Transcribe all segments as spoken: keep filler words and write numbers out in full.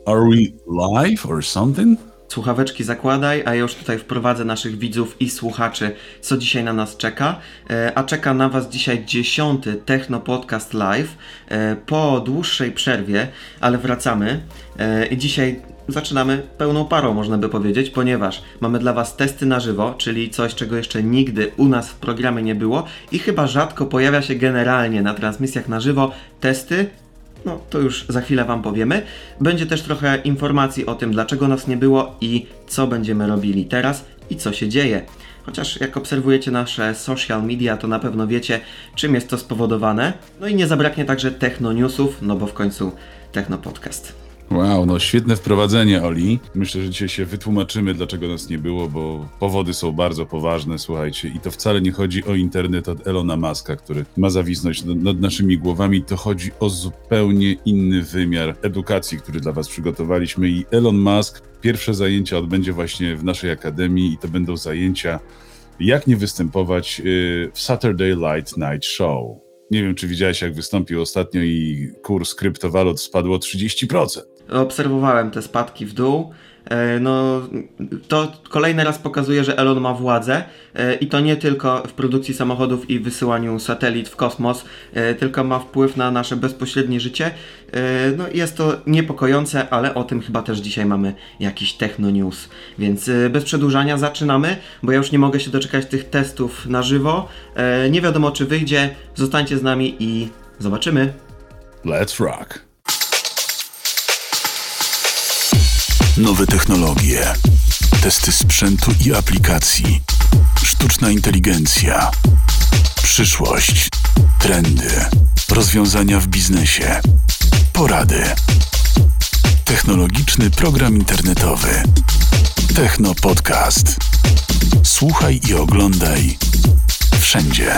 Are we live or something? Słuchaweczki zakładaj, a ja już tutaj wprowadzę naszych widzów i słuchaczy, co dzisiaj na nas czeka. A czeka na was dzisiaj dziesiąty Techno Podcast Live po dłuższej przerwie, ale wracamy. I dzisiaj zaczynamy pełną parą, można by powiedzieć, ponieważ mamy dla was testy na żywo, czyli coś, czego jeszcze nigdy u nas w programie nie było i chyba rzadko pojawia się generalnie na transmisjach na żywo testy. No, to już za chwilę wam powiemy. Będzie też trochę informacji o tym, dlaczego nas nie było i co będziemy robili teraz i co się dzieje. Chociaż jak obserwujecie nasze social media, to na pewno wiecie, czym jest to spowodowane. No i nie zabraknie także techno newsów, no bo w końcu Techno Podcast. Wow, no świetne wprowadzenie, Oli. Myślę, że dzisiaj się wytłumaczymy, dlaczego nas nie było, bo powody są bardzo poważne, słuchajcie. I to wcale nie chodzi o internet od Elona Muska, który ma zawisnąć nad, nad naszymi głowami. To chodzi o zupełnie inny wymiar edukacji, który dla was przygotowaliśmy. I Elon Musk pierwsze zajęcia odbędzie właśnie w naszej akademii i to będą zajęcia, jak nie występować yy, w Saturday Night Night Show. Nie wiem, czy widziałeś, jak wystąpił ostatnio i kurs kryptowalut spadł o trzydzieści procent. Obserwowałem te spadki w dół. No, to kolejny raz pokazuje, że Elon ma władzę i to nie tylko w produkcji samochodów i wysyłaniu satelit w kosmos, tylko ma wpływ na nasze bezpośrednie życie. No, jest to niepokojące, ale o tym chyba też dzisiaj mamy jakiś techno news. Więc bez przedłużania zaczynamy, bo ja już nie mogę się doczekać tych testów na żywo. Nie wiadomo, czy wyjdzie. Zostańcie z nami i zobaczymy. Let's rock! Nowe technologie, testy sprzętu i aplikacji, sztuczna inteligencja, przyszłość, trendy, rozwiązania w biznesie, porady. Technologiczny program internetowy. Techno Podcast. Słuchaj i oglądaj wszędzie.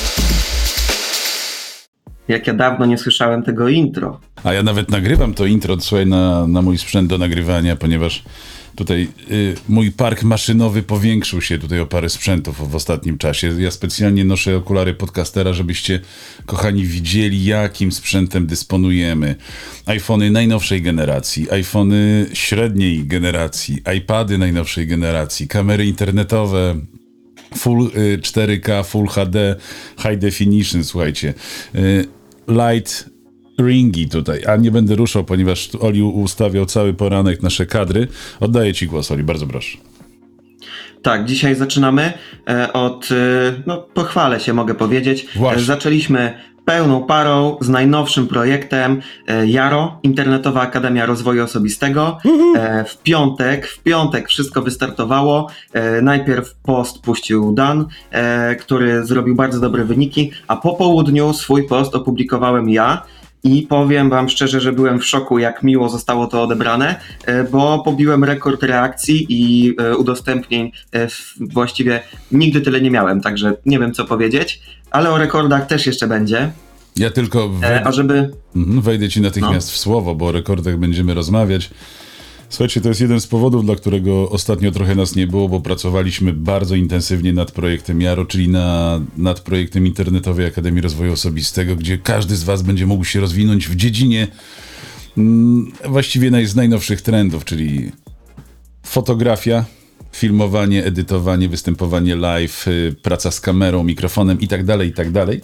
Jak ja dawno nie słyszałem tego intro. A ja nawet nagrywam to intro, słuchaj, na, na mój sprzęt do nagrywania, ponieważ tutaj y, mój park maszynowy powiększył się tutaj o parę sprzętów w ostatnim czasie. Ja specjalnie noszę okulary podcastera, żebyście, kochani, widzieli, jakim sprzętem dysponujemy. iPhony najnowszej generacji, iPhony średniej generacji, iPady najnowszej generacji, kamery internetowe, Full y, cztery K, Full H D, High Definition, słuchajcie. Y, light ringi tutaj, a nie będę ruszał, ponieważ Oli ustawiał cały poranek nasze kadry. Oddaję ci głos, Oli, bardzo proszę. Tak, dzisiaj zaczynamy e, od, e, no pochwalę się, mogę powiedzieć. Właśnie. E, zaczęliśmy pełną parą z najnowszym projektem e, Jaro, Internetowa Akademia Rozwoju Osobistego. E, w piątek, w piątek wszystko wystartowało. E, najpierw post puścił Dan, e, który zrobił bardzo dobre wyniki, a po południu swój post opublikowałem ja. I powiem wam szczerze, że byłem w szoku, jak miło zostało to odebrane, bo pobiłem rekord reakcji i udostępnień, właściwie nigdy tyle nie miałem, także nie wiem co powiedzieć, ale o rekordach też jeszcze będzie. Ja tylko wejdę, A żeby... wejdę ci natychmiast no. w słowo, bo o rekordach będziemy rozmawiać. Słuchajcie, to jest jeden z powodów, dla którego ostatnio trochę nas nie było, bo pracowaliśmy bardzo intensywnie nad projektem Jaro, czyli na, nad projektem Internetowej Akademii Rozwoju Osobistego, gdzie każdy z was będzie mógł się rozwinąć w dziedzinie mm, właściwie naj, z najnowszych trendów, czyli fotografia, filmowanie, edytowanie, występowanie live, y, praca z kamerą, mikrofonem i tak dalej, i tak dalej.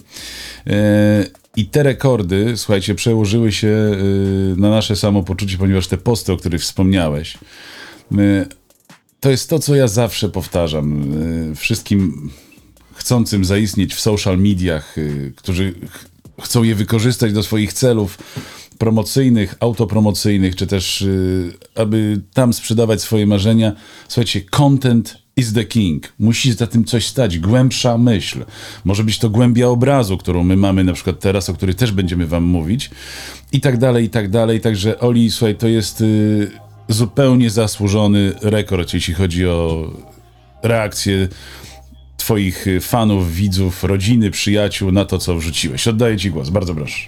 I te rekordy, słuchajcie, przełożyły się y, na nasze samopoczucie, ponieważ te posty, o których wspomniałeś, y, to jest to, co ja zawsze powtarzam. Y, wszystkim chcącym zaistnieć w social mediach, y, którzy ch- chcą je wykorzystać do swoich celów promocyjnych, autopromocyjnych, czy też y, aby tam sprzedawać swoje marzenia. Słuchajcie, content is the king. Musi za tym coś stać. Głębsza myśl. Może być to głębia obrazu, którą my mamy na przykład teraz, o której też będziemy wam mówić. I tak dalej, i tak dalej. Także Oli, słuchaj, to jest y, zupełnie zasłużony rekord, jeśli chodzi o reakcję twoich fanów, widzów, rodziny, przyjaciół na to, co wrzuciłeś. Oddaję ci głos. Bardzo proszę.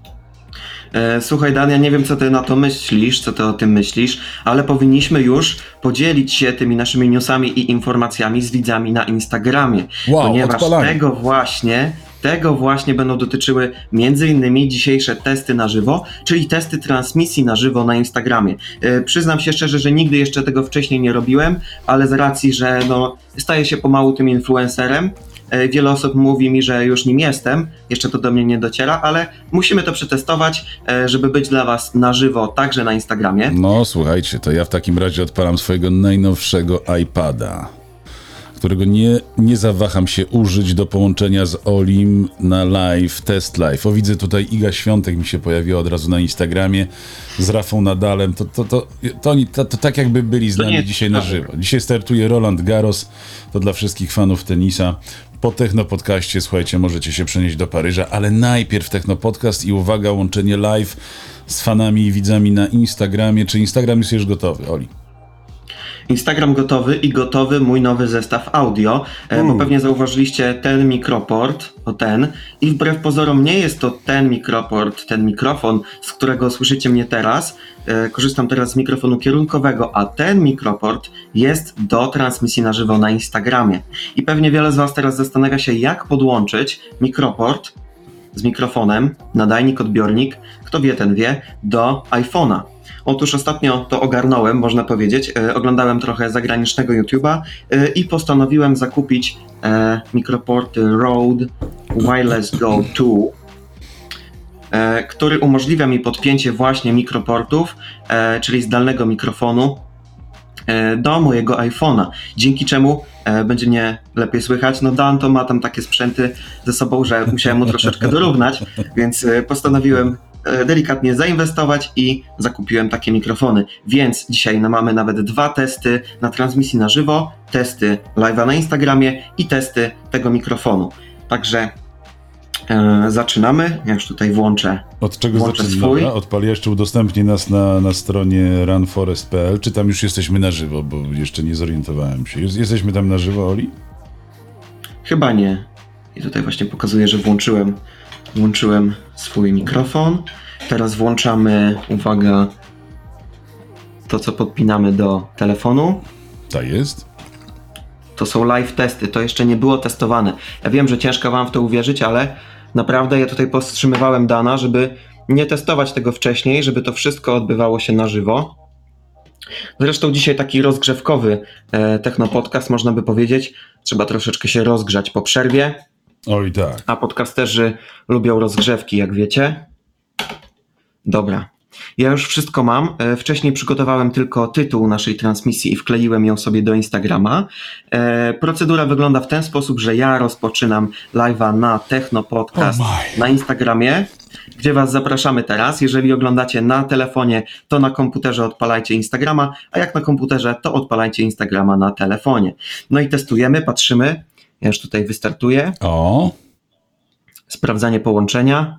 Słuchaj Dan, ja nie wiem co ty na to myślisz, co ty o tym myślisz, ale powinniśmy już podzielić się tymi naszymi newsami i informacjami z widzami na Instagramie, wow, ponieważ odpalanie. tego właśnie tego właśnie będą dotyczyły między innymi dzisiejsze testy na żywo, czyli testy transmisji na żywo na Instagramie. Yy, przyznam się szczerze, że nigdy jeszcze tego wcześniej nie robiłem, ale z racji, że no, staję się pomału tym influencerem, yy, wiele osób mówi mi, że już nim jestem, jeszcze to do mnie nie dociera, ale musimy to przetestować, yy, żeby być dla was na żywo także na Instagramie. No słuchajcie, to ja w takim razie odpalam swojego najnowszego iPada, którego nie, nie zawaham się użyć do połączenia z Olim na live, test live. O, widzę tutaj Iga Świątek mi się pojawiła od razu na Instagramie z Rafą Nadalem. To, to, to, to, oni, to, to tak jakby byli z nami dzisiaj na żywo. Dzisiaj startuje Roland Garros, to dla wszystkich fanów tenisa. Po Technopodcaście, słuchajcie, możecie się przenieść do Paryża, ale najpierw Technopodcast i uwaga, łączenie live z fanami i widzami na Instagramie. Czy Instagram jest już gotowy, Oli? Instagram gotowy i gotowy mój nowy zestaw audio, mm. bo pewnie zauważyliście ten mikroport, o ten, i wbrew pozorom nie jest to ten mikroport, ten mikrofon, z którego słyszycie mnie teraz. E, korzystam teraz z mikrofonu kierunkowego, a ten mikroport jest do transmisji na żywo na Instagramie. I pewnie wiele z was teraz zastanawia się, jak podłączyć mikroport z mikrofonem, nadajnik, odbiornik, kto wie, ten wie, do iPhone'a. Otóż ostatnio to ogarnąłem, można powiedzieć, e, oglądałem trochę zagranicznego YouTube'a e, i postanowiłem zakupić e, mikroporty Rode Wireless Go dwa, e, który umożliwia mi podpięcie właśnie mikroportów, e, czyli zdalnego mikrofonu e, do mojego iPhone'a, dzięki czemu e, będzie mnie lepiej słychać. No Dan to ma tam takie sprzęty ze sobą, że musiałem mu troszeczkę dorównać, więc e, postanowiłem delikatnie zainwestować i zakupiłem takie mikrofony. Więc dzisiaj mamy nawet dwa testy na transmisji na żywo, testy live'a na Instagramie i testy tego mikrofonu. Także e, zaczynamy. Ja już tutaj włączę. Od czego zaczynamy? Odpal, jeszcze udostępnij nas na, na stronie run forest kropka p l. Czy tam już jesteśmy na żywo, bo jeszcze nie zorientowałem się. Jesteśmy tam na żywo, Oli? Chyba nie. I tutaj właśnie pokazuję, że włączyłem Włączyłem swój mikrofon. Teraz włączamy, uwaga, to co podpinamy do telefonu. Tak jest. To są live testy, to jeszcze nie było testowane. Ja wiem, że ciężko wam w to uwierzyć, ale naprawdę ja tutaj powstrzymywałem Dana, żeby nie testować tego wcześniej, żeby to wszystko odbywało się na żywo. Zresztą dzisiaj taki rozgrzewkowy e, technopodcast, można by powiedzieć. Trzeba troszeczkę się rozgrzać po przerwie. Oj tak. A podcasterzy lubią rozgrzewki, jak wiecie. Dobra. Ja już wszystko mam. E, wcześniej przygotowałem tylko tytuł naszej transmisji i wkleiłem ją sobie do Instagrama. E, procedura wygląda w ten sposób, że ja rozpoczynam live'a na Technopodcast oh na Instagramie, gdzie was zapraszamy teraz. Jeżeli oglądacie na telefonie, to na komputerze odpalajcie Instagrama, a jak na komputerze, to odpalajcie Instagrama na telefonie. No i testujemy, patrzymy. Ja już tutaj wystartuję. O. Sprawdzanie połączenia.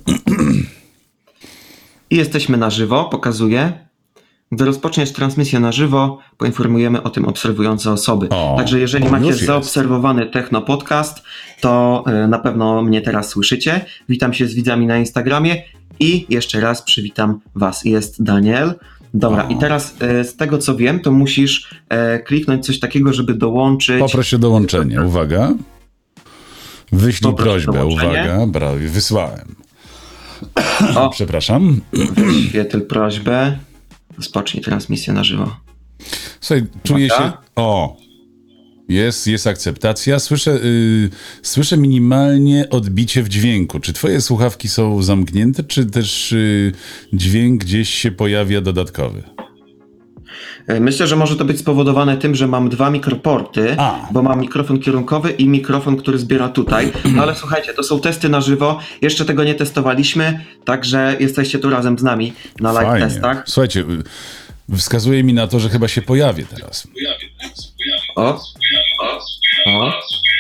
I jesteśmy na żywo, pokazuję. Gdy rozpoczniesz transmisję na żywo, poinformujemy o tym obserwujące osoby. O, Także jeżeli macie jest. zaobserwowany Technopodcast, to y, na pewno mnie teraz słyszycie. Witam się z widzami na Instagramie i jeszcze raz przywitam was. Jest Daniel. Dobra, o. i teraz y, z tego co wiem, to musisz y, kliknąć coś takiego, żeby dołączyć... Poproszę dołączenie, uwaga. Wyślij Poproszę prośbę, uwaga, brawo, wysłałem. O. Przepraszam. Wyświetl prośbę. Rozpocznij transmisję na żywo. Słuchaj, czuję uwaga. się... O! Jest, jest akceptacja. Słyszę, yy, słyszę minimalnie odbicie w dźwięku. Czy twoje słuchawki są zamknięte, czy też yy, dźwięk gdzieś się pojawia dodatkowy? Myślę, że może to być spowodowane tym, że mam dwa mikroporty, A. bo mam mikrofon kierunkowy i mikrofon, który zbiera tutaj. No ale słuchajcie, to są testy na żywo. Jeszcze tego nie testowaliśmy, także jesteście tu razem z nami na live Fajnie. testach. Słuchajcie, wskazuje mi na to, że chyba się pojawię teraz. O, o.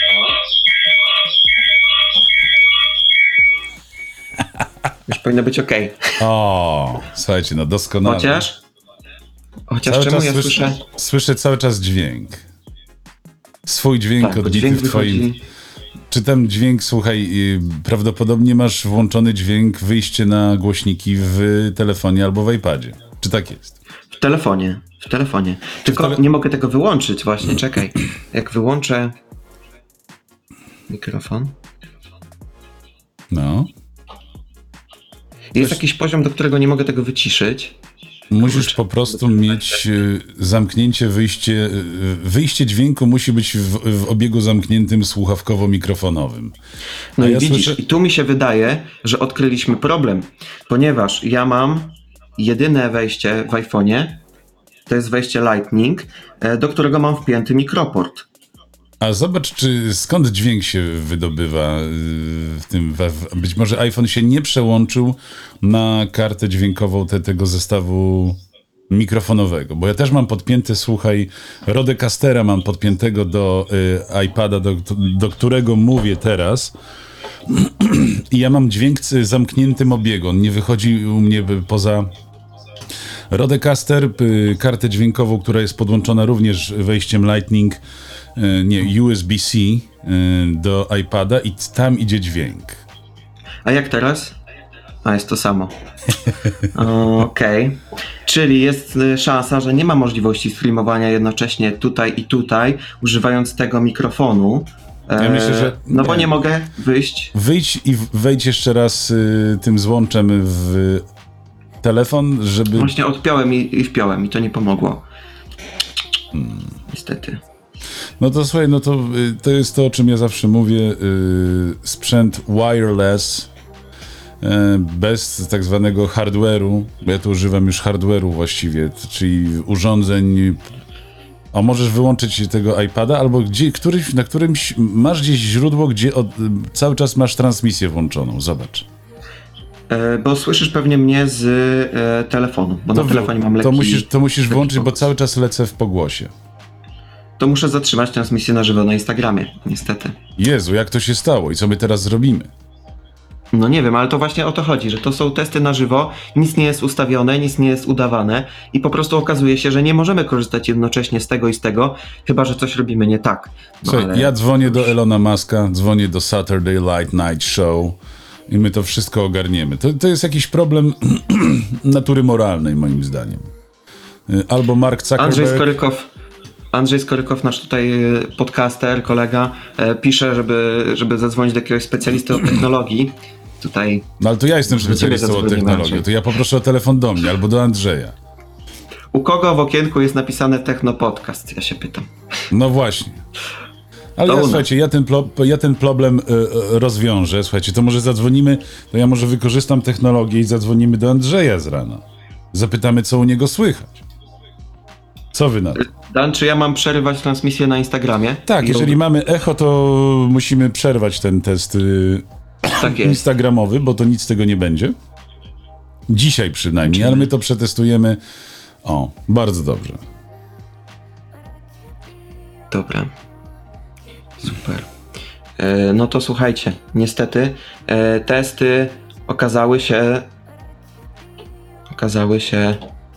Już powinno być ok. O, słuchajcie, no doskonale. Chociaż? Chociaż cały czemu czas ja słyszę, słyszę... Słyszę cały czas dźwięk. Swój dźwięk tak, odbity dźwięk w twoim... Wychodzi... Czy ten dźwięk, słuchaj, prawdopodobnie masz włączony dźwięk, wyjście na głośniki w telefonie albo w iPadzie. Czy tak jest? W telefonie, w telefonie. Tylko tele... nie mogę tego wyłączyć właśnie, czekaj. Jak wyłączę mikrofon... No. Jest Coś... jakiś poziom, do którego nie mogę tego wyciszyć. Musisz Kurczę, po prostu mieć zamknięcie, wyjście, wyjście dźwięku musi być w, w obiegu zamkniętym słuchawkowo-mikrofonowym. No A i ja widzisz, słyszę... i tu mi się wydaje, że odkryliśmy problem, ponieważ ja mam jedyne wejście w iPhone'ie, to jest wejście Lightning, do którego mam wpięty mikroport. A zobacz, czy skąd dźwięk się wydobywa w tym. W, być może iPhone się nie przełączył na kartę dźwiękową te, tego zestawu mikrofonowego, bo ja też mam podpięte, słuchaj, Rodecastera mam podpiętego do y, iPada, do, do którego mówię teraz i ja mam dźwięk zamkniętym obiegu, on nie wychodzi u mnie poza Rodecaster, y, kartę dźwiękową, która jest podłączona również wejściem Lightning, y, nie, U S B C y, do iPada i tam idzie dźwięk. A jak teraz? A, jest to samo. Okej. Okay. Czyli jest szansa, że nie ma możliwości streamowania jednocześnie tutaj i tutaj, używając tego mikrofonu. Ja myślę, że... No bo nie mogę wyjść. Wyjdź i wejdź jeszcze raz y, tym złączem w telefon, żeby... Właśnie odpiąłem i, i wpiąłem i to nie pomogło. Hmm. Niestety. No to słuchaj, no to, y, to jest to, o czym ja zawsze mówię. Y, sprzęt wireless, bez tak zwanego hardware'u, bo ja tu używam już hardware'u właściwie, czyli urządzeń. A możesz wyłączyć tego iPada, albo gdzie, któryś, na którymś masz gdzieś źródło, gdzie od, cały czas masz transmisję włączoną. Zobacz. E, bo słyszysz pewnie mnie z e, telefonu, bo to na telefonie mam lekki... To musisz, to musisz włączyć, pogłos. Bo cały czas lecę w pogłosie. To muszę zatrzymać transmisję na żywo na Instagramie, niestety. Jezu, jak to się stało i co my teraz zrobimy? No nie wiem, ale to właśnie o to chodzi, że to są testy na żywo, nic nie jest ustawione, nic nie jest udawane i po prostu okazuje się, że nie możemy korzystać jednocześnie z tego i z tego, chyba że coś robimy nie tak. No, Słuchaj, ale... ja dzwonię do Elona Muska, dzwonię do Saturday Light Night Show i my to wszystko ogarniemy. To, to jest jakiś problem natury moralnej, moim zdaniem. Albo Mark Zuckerberg... Andrzej Skorykow, Andrzej Skorykow, nasz tutaj podcaster, kolega, pisze, żeby, żeby zadzwonić do jakiegoś specjalisty od technologii. Tutaj... No ale to ja jestem specjalistą od technologii, to ja poproszę o telefon do mnie albo do Andrzeja. U kogo w okienku jest napisane Techno Podcast? Ja się pytam. No właśnie. Ale ja, słuchajcie, ja ten, pro, ja ten problem y, y, rozwiążę. Słuchajcie, to może zadzwonimy, to ja może wykorzystam technologię i zadzwonimy do Andrzeja z rana. Zapytamy, co u niego słychać. Co wy na to? Dan, czy ja mam przerywać transmisję na Instagramie? Tak, jeżeli mamy echo, to musimy przerwać ten test y, tak instagramowy, bo to nic z tego nie będzie. Dzisiaj przynajmniej, ale my to przetestujemy. O, bardzo dobrze. Dobra. Super. E, no to słuchajcie, niestety e, testy okazały się okazały się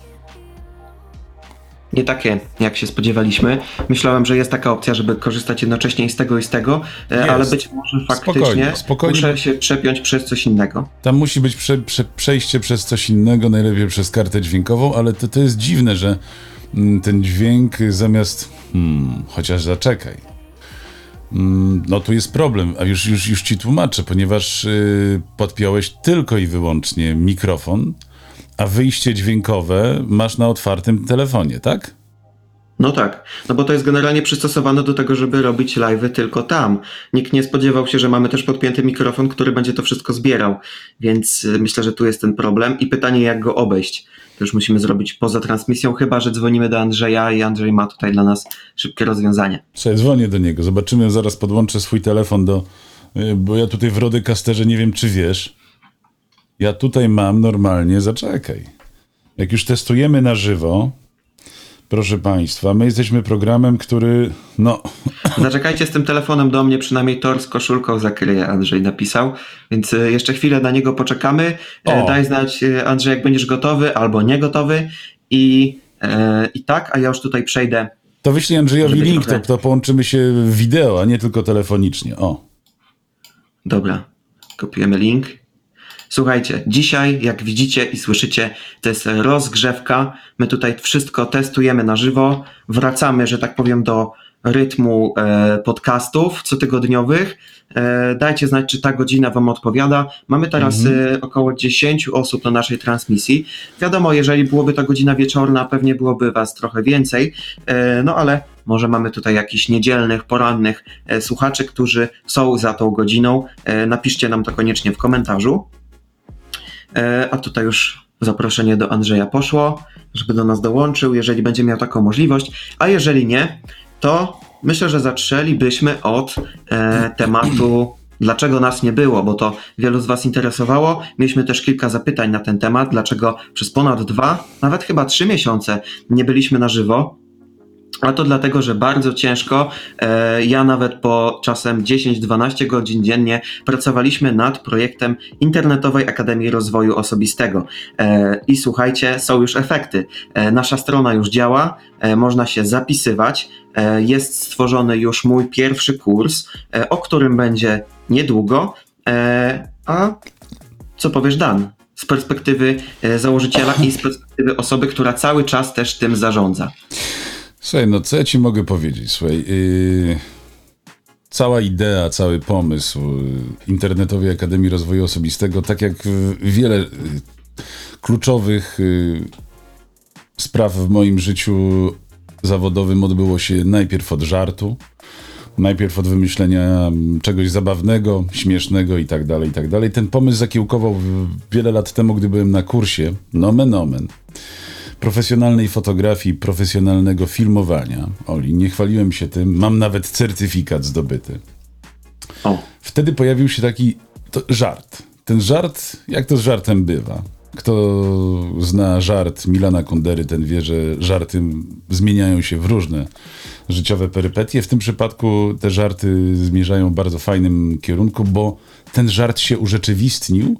nie takie, jak się spodziewaliśmy. Myślałem, że jest taka opcja, żeby korzystać jednocześnie i z tego i z tego, e, ale być może faktycznie spokojnie, spokojnie, muszę się przepiąć przez coś innego. Tam musi być prze, prze, przejście przez coś innego, najlepiej przez kartę dźwiękową, ale to, to jest dziwne, że mm, ten dźwięk zamiast... Hmm, chociaż zaczekaj. Mm, no tu jest problem, a już, już, już ci tłumaczę, ponieważ yy, podpiąłeś tylko i wyłącznie mikrofon, a wyjście dźwiękowe masz na otwartym telefonie, tak? No tak, no bo to jest generalnie przystosowane do tego, żeby robić live'y tylko tam. Nikt nie spodziewał się, że mamy też podpięty mikrofon, który będzie to wszystko zbierał, więc myślę, że tu jest ten problem i pytanie, jak go obejść. To już musimy zrobić poza transmisją, chyba że dzwonimy do Andrzeja i Andrzej ma tutaj dla nas szybkie rozwiązanie. Słuchaj, dzwonię do niego, zobaczymy, zaraz podłączę swój telefon do... Bo ja tutaj w Rodecasterze nie wiem, czy wiesz, ja tutaj mam normalnie, zaczekaj. Jak już testujemy na żywo, proszę państwa, my jesteśmy programem, który, no... Zaczekajcie z tym telefonem do mnie, przynajmniej tor z koszulką zakryje, Andrzej napisał, więc jeszcze chwilę na niego poczekamy. O. Daj znać, Andrzej, jak będziesz gotowy albo nie gotowy i, e, i tak, a ja już tutaj przejdę. To wyślij Andrzejowi link, to, to połączymy się w wideo, a nie tylko telefonicznie, o. Dobra, kopiujemy link. Słuchajcie, dzisiaj, jak widzicie i słyszycie, to jest rozgrzewka. My tutaj wszystko testujemy na żywo. Wracamy, że tak powiem, do rytmu e, podcastów cotygodniowych. E, dajcie znać, czy ta godzina wam odpowiada. Mamy teraz mm-hmm. e, około dziesięć osób na naszej transmisji. Wiadomo, jeżeli byłoby to godzina wieczorna, pewnie byłoby was trochę więcej, e, no ale może mamy tutaj jakichś niedzielnych, porannych e, słuchaczy, którzy są za tą godziną. E, napiszcie nam to koniecznie w komentarzu. E, a tutaj już zaproszenie do Andrzeja poszło, żeby do nas dołączył, jeżeli będzie miał taką możliwość, a jeżeli nie, to myślę, że zaczęlibyśmy od e, tematu, dlaczego nas nie było, bo to wielu z was interesowało. Mieliśmy też kilka zapytań na ten temat, dlaczego przez ponad dwa, nawet chyba trzy miesiące nie byliśmy na żywo. A to dlatego, że bardzo ciężko, e, ja nawet po czasem dziesięć do dwunastu godzin dziennie pracowaliśmy nad projektem Internetowej Akademii Rozwoju Osobistego. E, I słuchajcie, są już efekty. E, nasza strona już działa, e, można się zapisywać, e, jest stworzony już mój pierwszy kurs, e, o którym będzie niedługo. E, a co powiesz, Dan? Z perspektywy e, założyciela i z perspektywy osoby, która cały czas też tym zarządza. Słuchaj, no co ja ci mogę powiedzieć? Słuchaj, yy, cała idea, cały pomysł Internetowej Akademii Rozwoju Osobistego, tak jak wiele yy, kluczowych yy, spraw w moim życiu zawodowym odbyło się najpierw od żartu, najpierw od wymyślenia czegoś zabawnego, śmiesznego i tak dalej, i tak dalej. Ten pomysł zakiełkował wiele lat temu, gdy byłem na kursie, nomen omen, profesjonalnej fotografii, profesjonalnego filmowania. Oli, nie chwaliłem się tym, mam nawet certyfikat zdobyty. O. Wtedy pojawił się taki to, żart. Ten żart, jak to z żartem bywa. Kto zna żart Milana Kundery, ten wie, że żarty zmieniają się w różne życiowe perypetie. W tym przypadku te żarty zmierzają w bardzo fajnym kierunku, bo ten żart się urzeczywistnił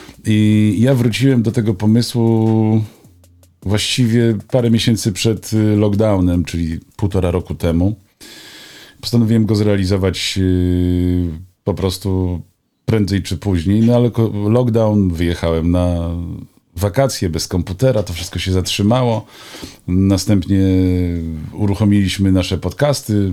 i ja wróciłem do tego pomysłu właściwie parę miesięcy przed lockdownem, czyli półtora roku temu. Postanowiłem go zrealizować yy, po prostu prędzej czy później, no ale lockdown, wyjechałem na wakacje bez komputera, to wszystko się zatrzymało. Następnie uruchomiliśmy nasze podcasty,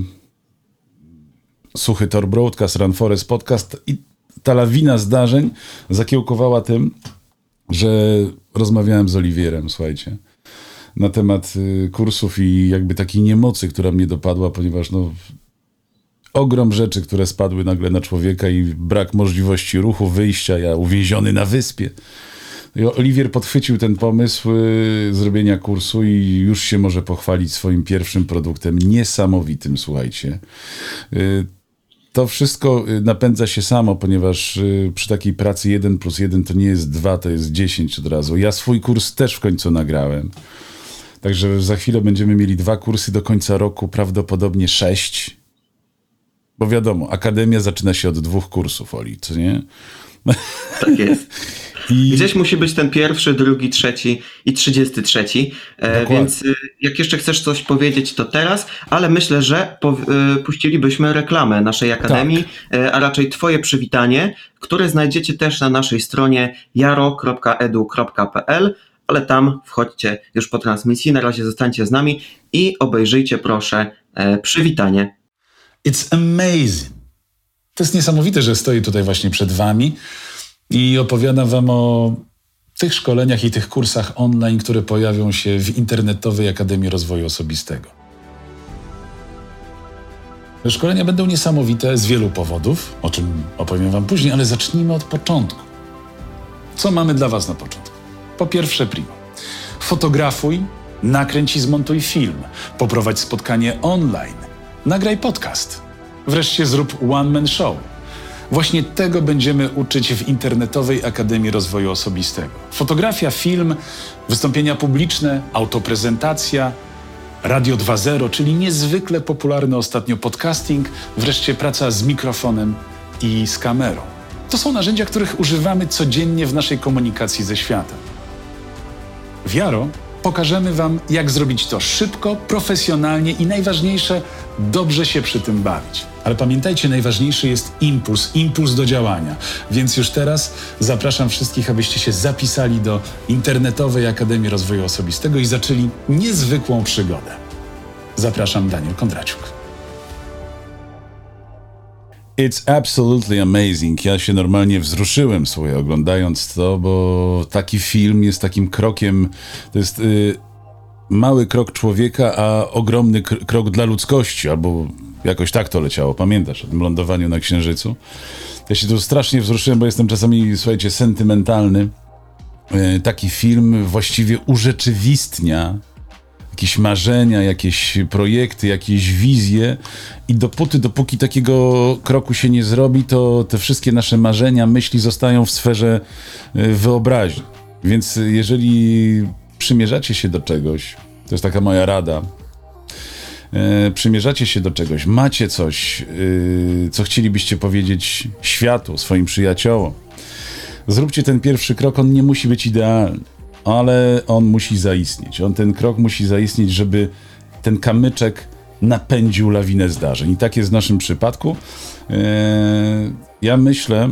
Suchy Tor Broadcast, Run Forest Podcast i ta lawina zdarzeń zakiełkowała tym, że rozmawiałem z Oliwierem, słuchajcie, na temat y, kursów i jakby takiej niemocy, która mnie dopadła, ponieważ no, ogrom rzeczy, które spadły nagle na człowieka i brak możliwości ruchu, wyjścia, ja uwięziony na wyspie. I Oliwier podchwycił ten pomysł y, zrobienia kursu i już się może pochwalić swoim pierwszym produktem niesamowitym, słuchajcie. Y, To wszystko napędza się samo, ponieważ przy takiej pracy jeden plus jeden to nie jest dwa, to jest dziesięć od razu. Ja swój kurs też w końcu nagrałem. Także za chwilę będziemy mieli dwa kursy, do końca roku prawdopodobnie sześć. Bo wiadomo, akademia zaczyna się od dwóch kursów, Oli, co nie? Tak jest. I... Gdzieś musi być ten pierwszy, drugi, trzeci i trzydziesty trzeci, e, więc jak jeszcze chcesz coś powiedzieć, to teraz, ale myślę, że po, e, puścilibyśmy reklamę naszej akademii, tak. e, a raczej twoje przywitanie, które znajdziecie też na naszej stronie jaro kropka edu kropka pe el, ale tam wchodźcie już po transmisji, na razie zostańcie z nami i obejrzyjcie proszę e, przywitanie. It's amazing. To jest niesamowite, że stoję tutaj właśnie przed wami i opowiadam wam o tych szkoleniach i tych kursach online, które pojawią się w Internetowej Akademii Rozwoju Osobistego. Te szkolenia będą niesamowite z wielu powodów, o czym opowiem wam później, ale zacznijmy od początku. Co mamy dla was na początku? Po pierwsze, primo. Fotografuj, nakręć i zmontuj film. Poprowadź spotkanie online. Nagraj podcast. Wreszcie zrób one-man show. Właśnie tego będziemy uczyć w Internetowej Akademii Rozwoju Osobistego. Fotografia, film, wystąpienia publiczne, autoprezentacja, radio dwa zero, czyli niezwykle popularny ostatnio podcasting, wreszcie praca z mikrofonem i z kamerą. To są narzędzia, których używamy codziennie w naszej komunikacji ze światem. W Jaro pokażemy wam, jak zrobić to szybko, profesjonalnie i najważniejsze, dobrze się przy tym bawić. Ale pamiętajcie, najważniejszy jest impuls, impuls do działania. Więc już teraz zapraszam wszystkich, abyście się zapisali do Internetowej Akademii Rozwoju Osobistego i zaczęli niezwykłą przygodę. Zapraszam, Daniel Kondraciuk. It's absolutely amazing. Ja się normalnie wzruszyłem, słuchaj, oglądając to, bo taki film jest takim krokiem, to jest y, mały krok człowieka, a ogromny k- krok dla ludzkości, albo jakoś tak to leciało, pamiętasz o tym lądowaniu na Księżycu? Ja się tu strasznie wzruszyłem, bo jestem czasami, słuchajcie, sentymentalny. Y, taki film właściwie urzeczywistnia jakieś marzenia, jakieś projekty, jakieś wizje i dopóty, dopóki takiego kroku się nie zrobi, to te wszystkie nasze marzenia, myśli zostają w sferze wyobraźni. Więc jeżeli przymierzacie się do czegoś, to jest taka moja rada, e, przymierzacie się do czegoś, macie coś, e, co chcielibyście powiedzieć światu, swoim przyjaciołom, zróbcie ten pierwszy krok, on nie musi być idealny, ale on musi zaistnieć. On, ten krok musi zaistnieć, żeby ten kamyczek napędził lawinę zdarzeń. I tak jest w naszym przypadku. Eee, ja myślę,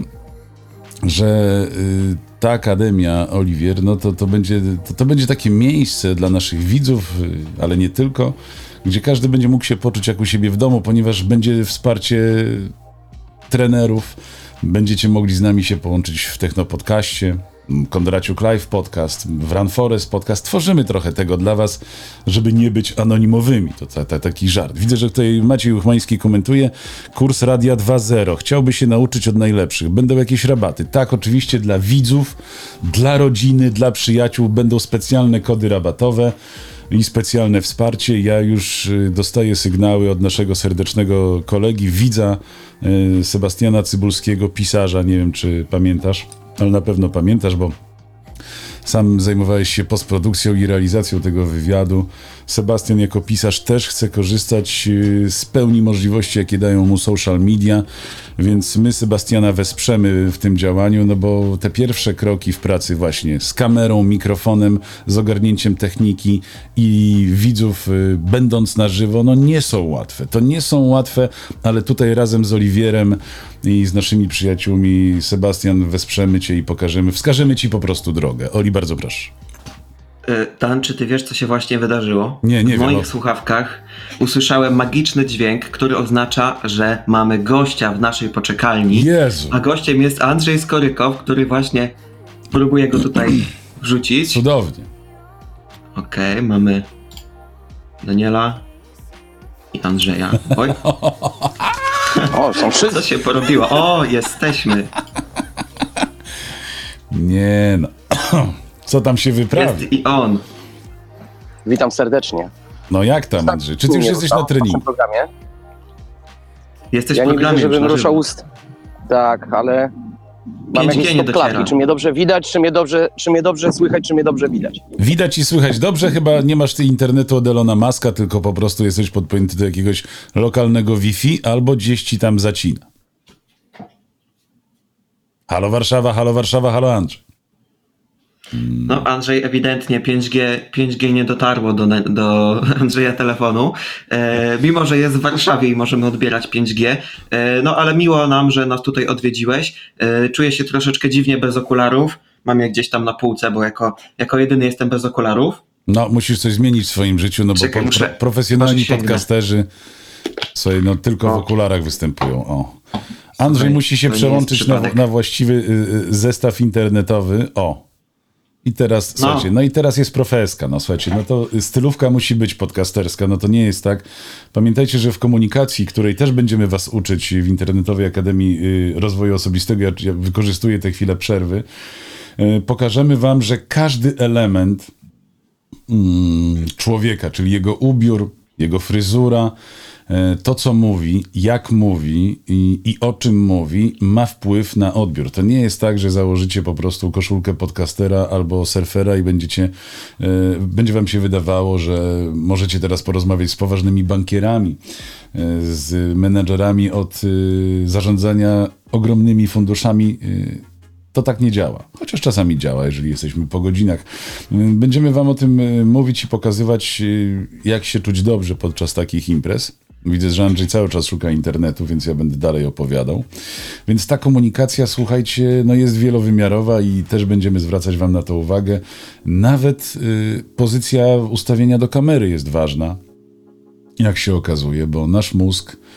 że y, ta Akademia, Oliwier, no to, to, będzie, to, to będzie takie miejsce dla naszych widzów, y, ale nie tylko, gdzie każdy będzie mógł się poczuć jak u siebie w domu, ponieważ będzie wsparcie trenerów, będziecie mogli z nami się połączyć w Technopodcaście, Kondraciuk Live Podcast, w Run Forest Podcast. Tworzymy trochę tego dla was, żeby nie być anonimowymi. To ta, ta, taki żart. Widzę, że tutaj Maciej Uchmański komentuje. Kurs Radia dwa zero. Chciałby się nauczyć od najlepszych. Będą jakieś rabaty. Tak, oczywiście dla widzów, dla rodziny, dla przyjaciół. Będą specjalne kody rabatowe i specjalne wsparcie. Ja już dostaję sygnały od naszego serdecznego kolegi, widza Sebastiana Cybulskiego, pisarza. Nie wiem, czy pamiętasz, ale na pewno pamiętasz, bo sam zajmowałeś się postprodukcją i realizacją tego wywiadu. Sebastian jako pisarz też chce korzystać z pełni możliwości, jakie dają mu social media, więc my Sebastiana wesprzemy w tym działaniu, no bo te pierwsze kroki w pracy właśnie z kamerą, mikrofonem, z ogarnięciem techniki i widzów będąc na żywo, no nie są łatwe. To nie są łatwe, ale tutaj razem z Oliwierem i z naszymi przyjaciółmi, Sebastian, wesprzemy cię i pokażemy, wskażemy ci po prostu drogę. Oli, bardzo proszę. Dan, czy ty wiesz, co się właśnie wydarzyło? Nie, nie w wiem. moich słuchawkach usłyszałem magiczny dźwięk, który oznacza, że mamy gościa w naszej poczekalni. Jezu. A gościem jest Andrzej Skorykow, który właśnie próbuje go tutaj wrzucić. Cudownie. Okej, okay, mamy Daniela i Andrzeja. Oj. O, są wszyscy. Co się porobiło? O, jesteśmy. Nie no. Co tam się wyprawi? Jest i on. Witam serdecznie. No jak tam, Andrzej? Czy ty już jesteś na treningu? W programie. Jesteś ja w nie programie widzę, już żebym na ruszał żywo. ust. Tak, ale mam pięć G jakieś nie stopklatki. dociera. Czy mnie dobrze widać, czy mnie dobrze, czy mnie dobrze słychać, czy mnie dobrze widać. Widać i słychać dobrze, chyba nie masz ty internetu od Elona Muska, tylko po prostu jesteś podpięty do jakiegoś lokalnego Wi-Fi, albo gdzieś ci tam zacina. Halo Warszawa, halo Warszawa, halo Andrzej. No Andrzej, ewidentnie pięć G, pięć G nie dotarło do, do Andrzeja telefonu, e, mimo że jest w Warszawie i możemy odbierać pięć G, e, no ale miło nam, że nas tutaj odwiedziłeś. E, czuję się troszeczkę dziwnie bez okularów, mam je gdzieś tam na półce, bo jako, jako jedyny jestem bez okularów. No, musisz coś zmienić w swoim życiu, no bo Czekaj, po, muszę- pro, profesjonalni może sięgnę. podcasterzy sobie no tylko w O. okularach występują. O. Andrzej Słuchaj, musi się to nie przełączyć jest na, przypadek. na właściwy y, y, zestaw internetowy. O. I teraz, No. słuchajcie, no i teraz jest profeska, no słuchajcie, no to stylówka musi być podcasterska, no to nie jest tak. Pamiętajcie, że w komunikacji, której też będziemy was uczyć w Internetowej Akademii y, Rozwoju Osobistego, ja, ja wykorzystuję te chwile przerwy, y, pokażemy wam, że każdy element mm, człowieka, czyli jego ubiór, jego fryzura, e, to co mówi, jak mówi i, i o czym mówi, ma wpływ na odbiór. To nie jest tak, że założycie po prostu koszulkę podcastera albo surfera i będziecie, e, będzie wam się wydawało, że możecie teraz porozmawiać z poważnymi bankierami, e, z menedżerami od e, zarządzania ogromnymi funduszami. E, To tak nie działa. Chociaż czasami działa, jeżeli jesteśmy po godzinach. Będziemy wam o tym mówić i pokazywać, jak się czuć dobrze podczas takich imprez. Widzę, że Andrzej cały czas szuka internetu, więc ja będę dalej opowiadał. Więc ta komunikacja, słuchajcie, no jest wielowymiarowa i też będziemy zwracać wam na to uwagę. Nawet y, pozycja ustawienia do kamery jest ważna, jak się okazuje, bo nasz mózg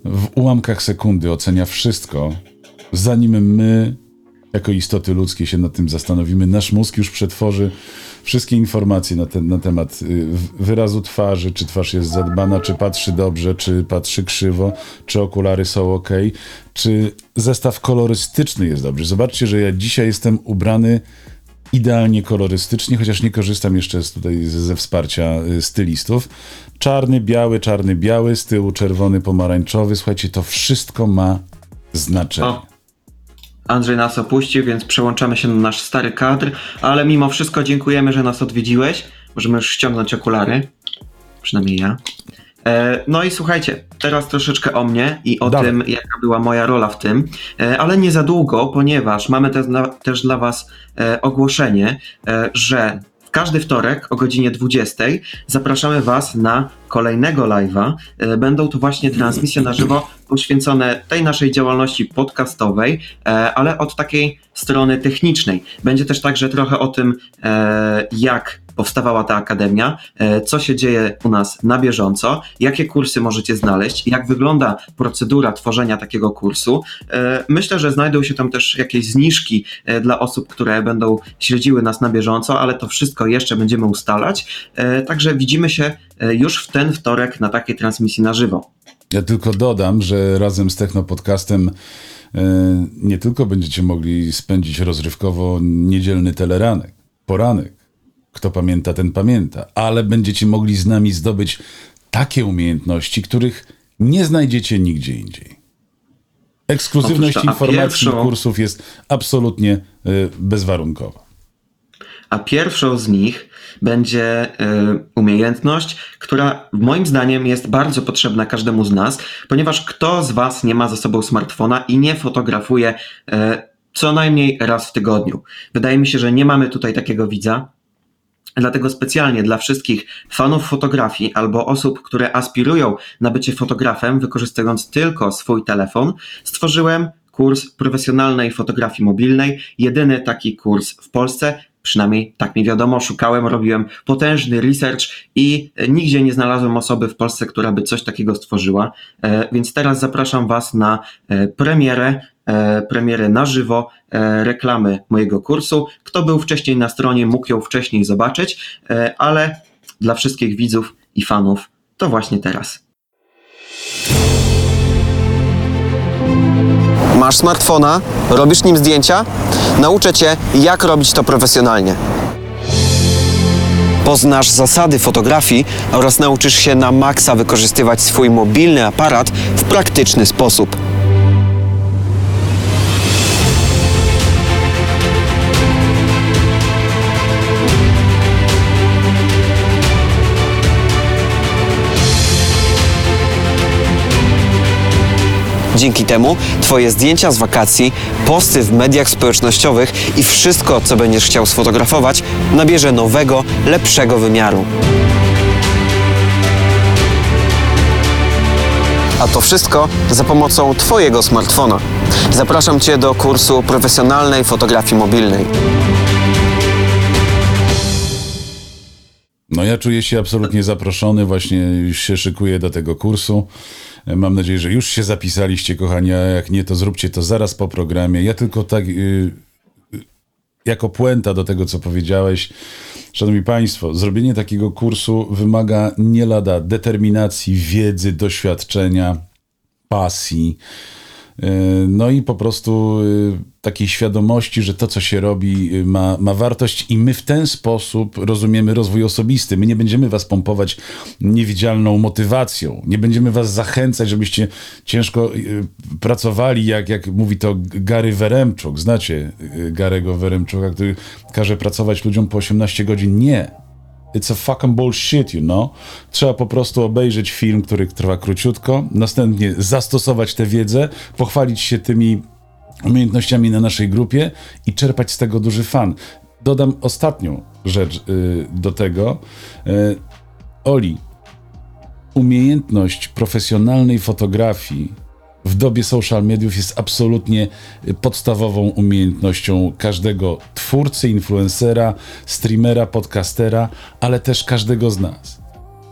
w ułamkach sekundy ocenia wszystko, zanim my, jako istoty ludzkie, się nad tym zastanowimy. Nasz mózg już przetworzy wszystkie informacje na, ten, na temat wyrazu twarzy, czy twarz jest zadbana, czy patrzy dobrze, czy patrzy krzywo, czy okulary są ok, czy zestaw kolorystyczny jest dobry. Zobaczcie, że ja dzisiaj jestem ubrany idealnie kolorystycznie, chociaż nie korzystam jeszcze z, tutaj ze wsparcia stylistów. Czarny, biały, czarny, biały, z tyłu czerwony, pomarańczowy. Słuchajcie, to wszystko ma znaczenie. O. Andrzej nas opuścił, więc przełączamy się na nasz stary kadr, ale mimo wszystko dziękujemy, że nas odwiedziłeś. Możemy już ściągnąć okulary, przynajmniej ja. E, no i słuchajcie, teraz troszeczkę o mnie i o Dawaj. tym, jaka była moja rola w tym, e, ale nie za długo, ponieważ mamy też dla, też dla was e, ogłoszenie, e, że w każdy wtorek o godzinie dwudziestej zapraszamy was na kolejnego live'a. E, będą to właśnie transmisje na żywo poświęcone tej naszej działalności podcastowej, e, ale od takiej strony technicznej. Będzie też także trochę o tym, e, jak powstawała ta akademia, e, co się dzieje u nas na bieżąco, jakie kursy możecie znaleźć, jak wygląda procedura tworzenia takiego kursu. E, myślę, że znajdą się tam też jakieś zniżki e, dla osób, które będą śledziły nas na bieżąco, ale to wszystko jeszcze będziemy ustalać. E, także widzimy się e, już w ten wtorek na takiej transmisji na żywo. Ja tylko dodam, że razem z Technopodcastem e, nie tylko będziecie mogli spędzić rozrywkowo niedzielny teleranek, poranek, kto pamięta, ten pamięta, ale będziecie mogli z nami zdobyć takie umiejętności, których nie znajdziecie nigdzie indziej. Ekskluzywność Otóż to, a informacji pierwszą- i kursów jest absolutnie e, bezwarunkowa. A pierwszą z nich będzie y, umiejętność, która moim zdaniem jest bardzo potrzebna każdemu z nas, ponieważ kto z was nie ma ze sobą smartfona i nie fotografuje y, co najmniej raz w tygodniu. Wydaje mi się, że nie mamy tutaj takiego widza. Dlatego specjalnie dla wszystkich fanów fotografii albo osób, które aspirują na bycie fotografem, wykorzystując tylko swój telefon, stworzyłem kurs profesjonalnej fotografii mobilnej. Jedyny taki kurs w Polsce, przynajmniej tak mi wiadomo, szukałem, robiłem potężny research i nigdzie nie znalazłem osoby w Polsce, która by coś takiego stworzyła. E, więc teraz zapraszam was na e, premierę, e, premierę na żywo, e, reklamy mojego kursu. Kto był wcześniej na stronie, mógł ją wcześniej zobaczyć, e, ale dla wszystkich widzów i fanów to właśnie teraz. Masz smartfona? Robisz nim zdjęcia? Nauczę Cię, jak robić to profesjonalnie. Poznasz zasady fotografii oraz nauczysz się na maksa wykorzystywać swój mobilny aparat w praktyczny sposób. Dzięki temu Twoje zdjęcia z wakacji, posty w mediach społecznościowych i wszystko, co będziesz chciał sfotografować, nabierze nowego, lepszego wymiaru. A to wszystko za pomocą Twojego smartfona. Zapraszam Cię do kursu profesjonalnej fotografii mobilnej. No ja czuję się absolutnie zaproszony, właśnie już się szykuję do tego kursu. Mam nadzieję, że już się zapisaliście, kochani, a jak nie, to zróbcie to zaraz po programie. Ja tylko tak yy, jako puenta do tego, co powiedziałeś. Szanowni Państwo, zrobienie takiego kursu wymaga nie lada determinacji, wiedzy, doświadczenia, pasji. No i po prostu takiej świadomości, że to, co się robi, ma, ma wartość i my w ten sposób rozumiemy rozwój osobisty. My nie będziemy was pompować niewidzialną motywacją. Nie będziemy was zachęcać, żebyście ciężko pracowali, jak, jak mówi to Gary Weremczuk. Znacie Garego Weremczuka, który każe pracować ludziom po osiemnaście godzin? Nie. It's a fucking bullshit, you know? Trzeba po prostu obejrzeć film, który trwa króciutko, następnie zastosować tę wiedzę, pochwalić się tymi umiejętnościami na naszej grupie i czerpać z tego duży fan. Dodam ostatnią rzecz yy, do tego. Yy, Oli, umiejętność profesjonalnej fotografii w dobie social mediów jest absolutnie podstawową umiejętnością każdego twórcy, influencera, streamera, podcastera, ale też każdego z nas.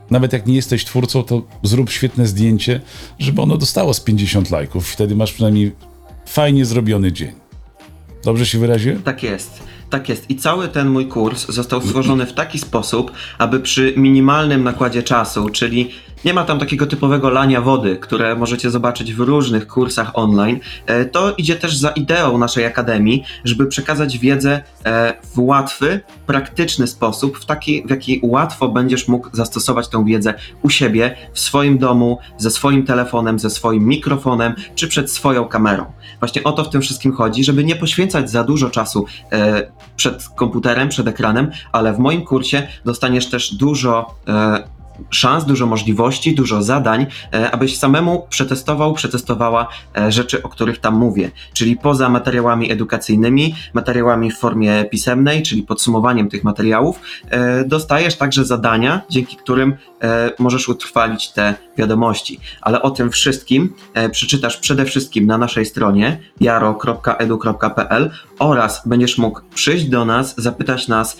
Nawet jak nie jesteś twórcą, to zrób świetne zdjęcie, żeby ono dostało z pięćdziesiąt lajków. Wtedy masz przynajmniej fajnie zrobiony dzień. Dobrze się wyraziłem? Tak jest. Tak jest. I cały ten mój kurs został stworzony w taki sposób, aby przy minimalnym nakładzie czasu, czyli nie ma tam takiego typowego lania wody, które możecie zobaczyć w różnych kursach online, to idzie też za ideą naszej akademii, żeby przekazać wiedzę w łatwy, praktyczny sposób, w taki, w jaki łatwo będziesz mógł zastosować tę wiedzę u siebie, w swoim domu, ze swoim telefonem, ze swoim mikrofonem, czy przed swoją kamerą. Właśnie o to w tym wszystkim chodzi, żeby nie poświęcać za dużo czasu przed komputerem, przed ekranem, ale w moim kursie dostaniesz też dużo szans, dużo możliwości, dużo zadań, abyś samemu przetestował, przetestowała rzeczy, o których tam mówię. Czyli poza materiałami edukacyjnymi, materiałami w formie pisemnej, czyli podsumowaniem tych materiałów, dostajesz także zadania, dzięki którym możesz utrwalić te wiadomości. Ale o tym wszystkim przeczytasz przede wszystkim na naszej stronie jaro kropka edu kropka pe el oraz będziesz mógł przyjść do nas, zapytać nas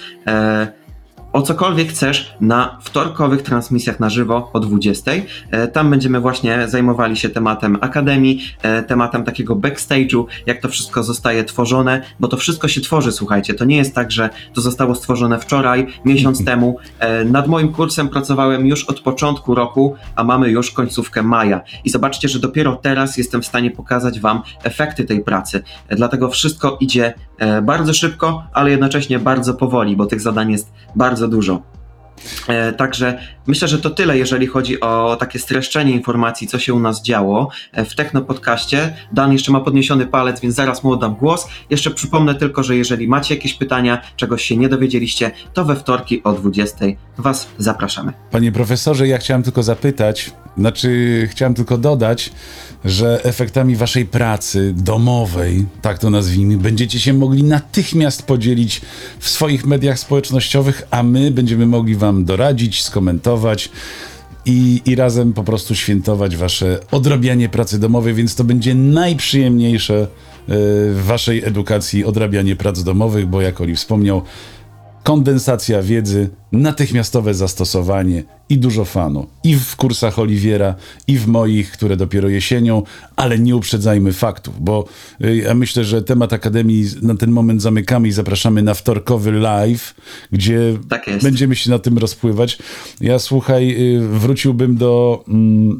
o cokolwiek chcesz na wtorkowych transmisjach na żywo o dwudziestej. Tam będziemy właśnie zajmowali się tematem akademii, tematem takiego backstage'u, jak to wszystko zostaje tworzone, bo to wszystko się tworzy, słuchajcie, to nie jest tak, że to zostało stworzone wczoraj, miesiąc temu. Nad moim kursem pracowałem już od początku roku, a mamy już końcówkę maja. I zobaczcie, że dopiero teraz jestem w stanie pokazać wam efekty tej pracy. Dlatego wszystko idzie bardzo szybko, ale jednocześnie bardzo powoli, bo tych zadań jest bardzo dużo. E, także myślę, że to tyle, jeżeli chodzi o takie streszczenie informacji, co się u nas działo w Technopodcaście. Dan jeszcze ma podniesiony palec, więc zaraz mu oddam głos. Jeszcze przypomnę tylko, że jeżeli macie jakieś pytania, czegoś się nie dowiedzieliście, to we wtorki o dwudziestej was zapraszamy. Panie profesorze, ja chciałem tylko zapytać, znaczy chciałem tylko dodać, że efektami waszej pracy domowej, tak to nazwijmy, będziecie się mogli natychmiast podzielić w swoich mediach społecznościowych, a my będziemy mogli wam doradzić, skomentować i, i razem po prostu świętować wasze odrabianie pracy domowej, więc to będzie najprzyjemniejsze w waszej edukacji odrabianie prac domowych, bo jak Oli wspomniał, kondensacja wiedzy, natychmiastowe zastosowanie i dużo fanu. I w kursach Oliwiera, i w moich, które dopiero jesienią, ale nie uprzedzajmy faktów, bo y, ja myślę, że temat Akademii na ten moment zamykamy i zapraszamy na wtorkowy live, gdzie tak jest. Będziemy się na tym rozpływać. Ja, słuchaj, y, wróciłbym do... Mm,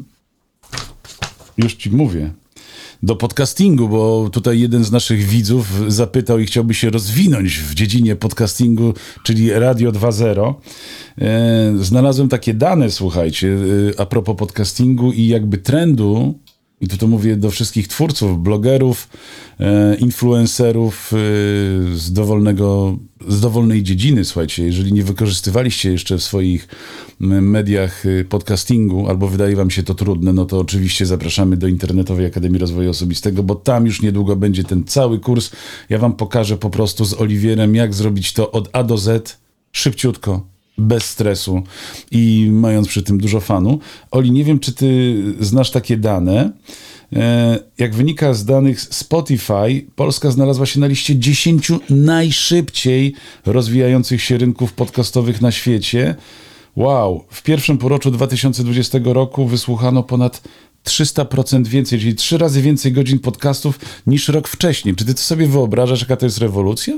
już ci mówię... do podcastingu, bo tutaj jeden z naszych widzów zapytał i chciałby się rozwinąć w dziedzinie podcastingu, czyli Radio dwa zero. E, znalazłem takie dane, słuchajcie, e, a propos podcastingu i jakby trendu, i tu to mówię do wszystkich twórców, blogerów, e, influencerów e, z dowolnego, z dowolnej dziedziny, słuchajcie, jeżeli nie wykorzystywaliście jeszcze w swoich mediach podcastingu, albo wydaje wam się to trudne, no to oczywiście zapraszamy do Internetowej Akademii Rozwoju Osobistego, bo tam już niedługo będzie ten cały kurs. Ja wam pokażę po prostu z Oliwierem, jak zrobić to od A do Z, szybciutko, bez stresu i mając przy tym dużo fanu. Oli, nie wiem, czy ty znasz takie dane. Jak wynika z danych Spotify, Polska znalazła się na liście dziesięciu najszybciej rozwijających się rynków podcastowych na świecie. Wow, w pierwszym półroczu dwa tysiące dwudziestego roku wysłuchano ponad trzysta procent więcej, czyli trzy razy więcej godzin podcastów niż rok wcześniej. Czy ty to sobie wyobrażasz, jaka to jest rewolucja?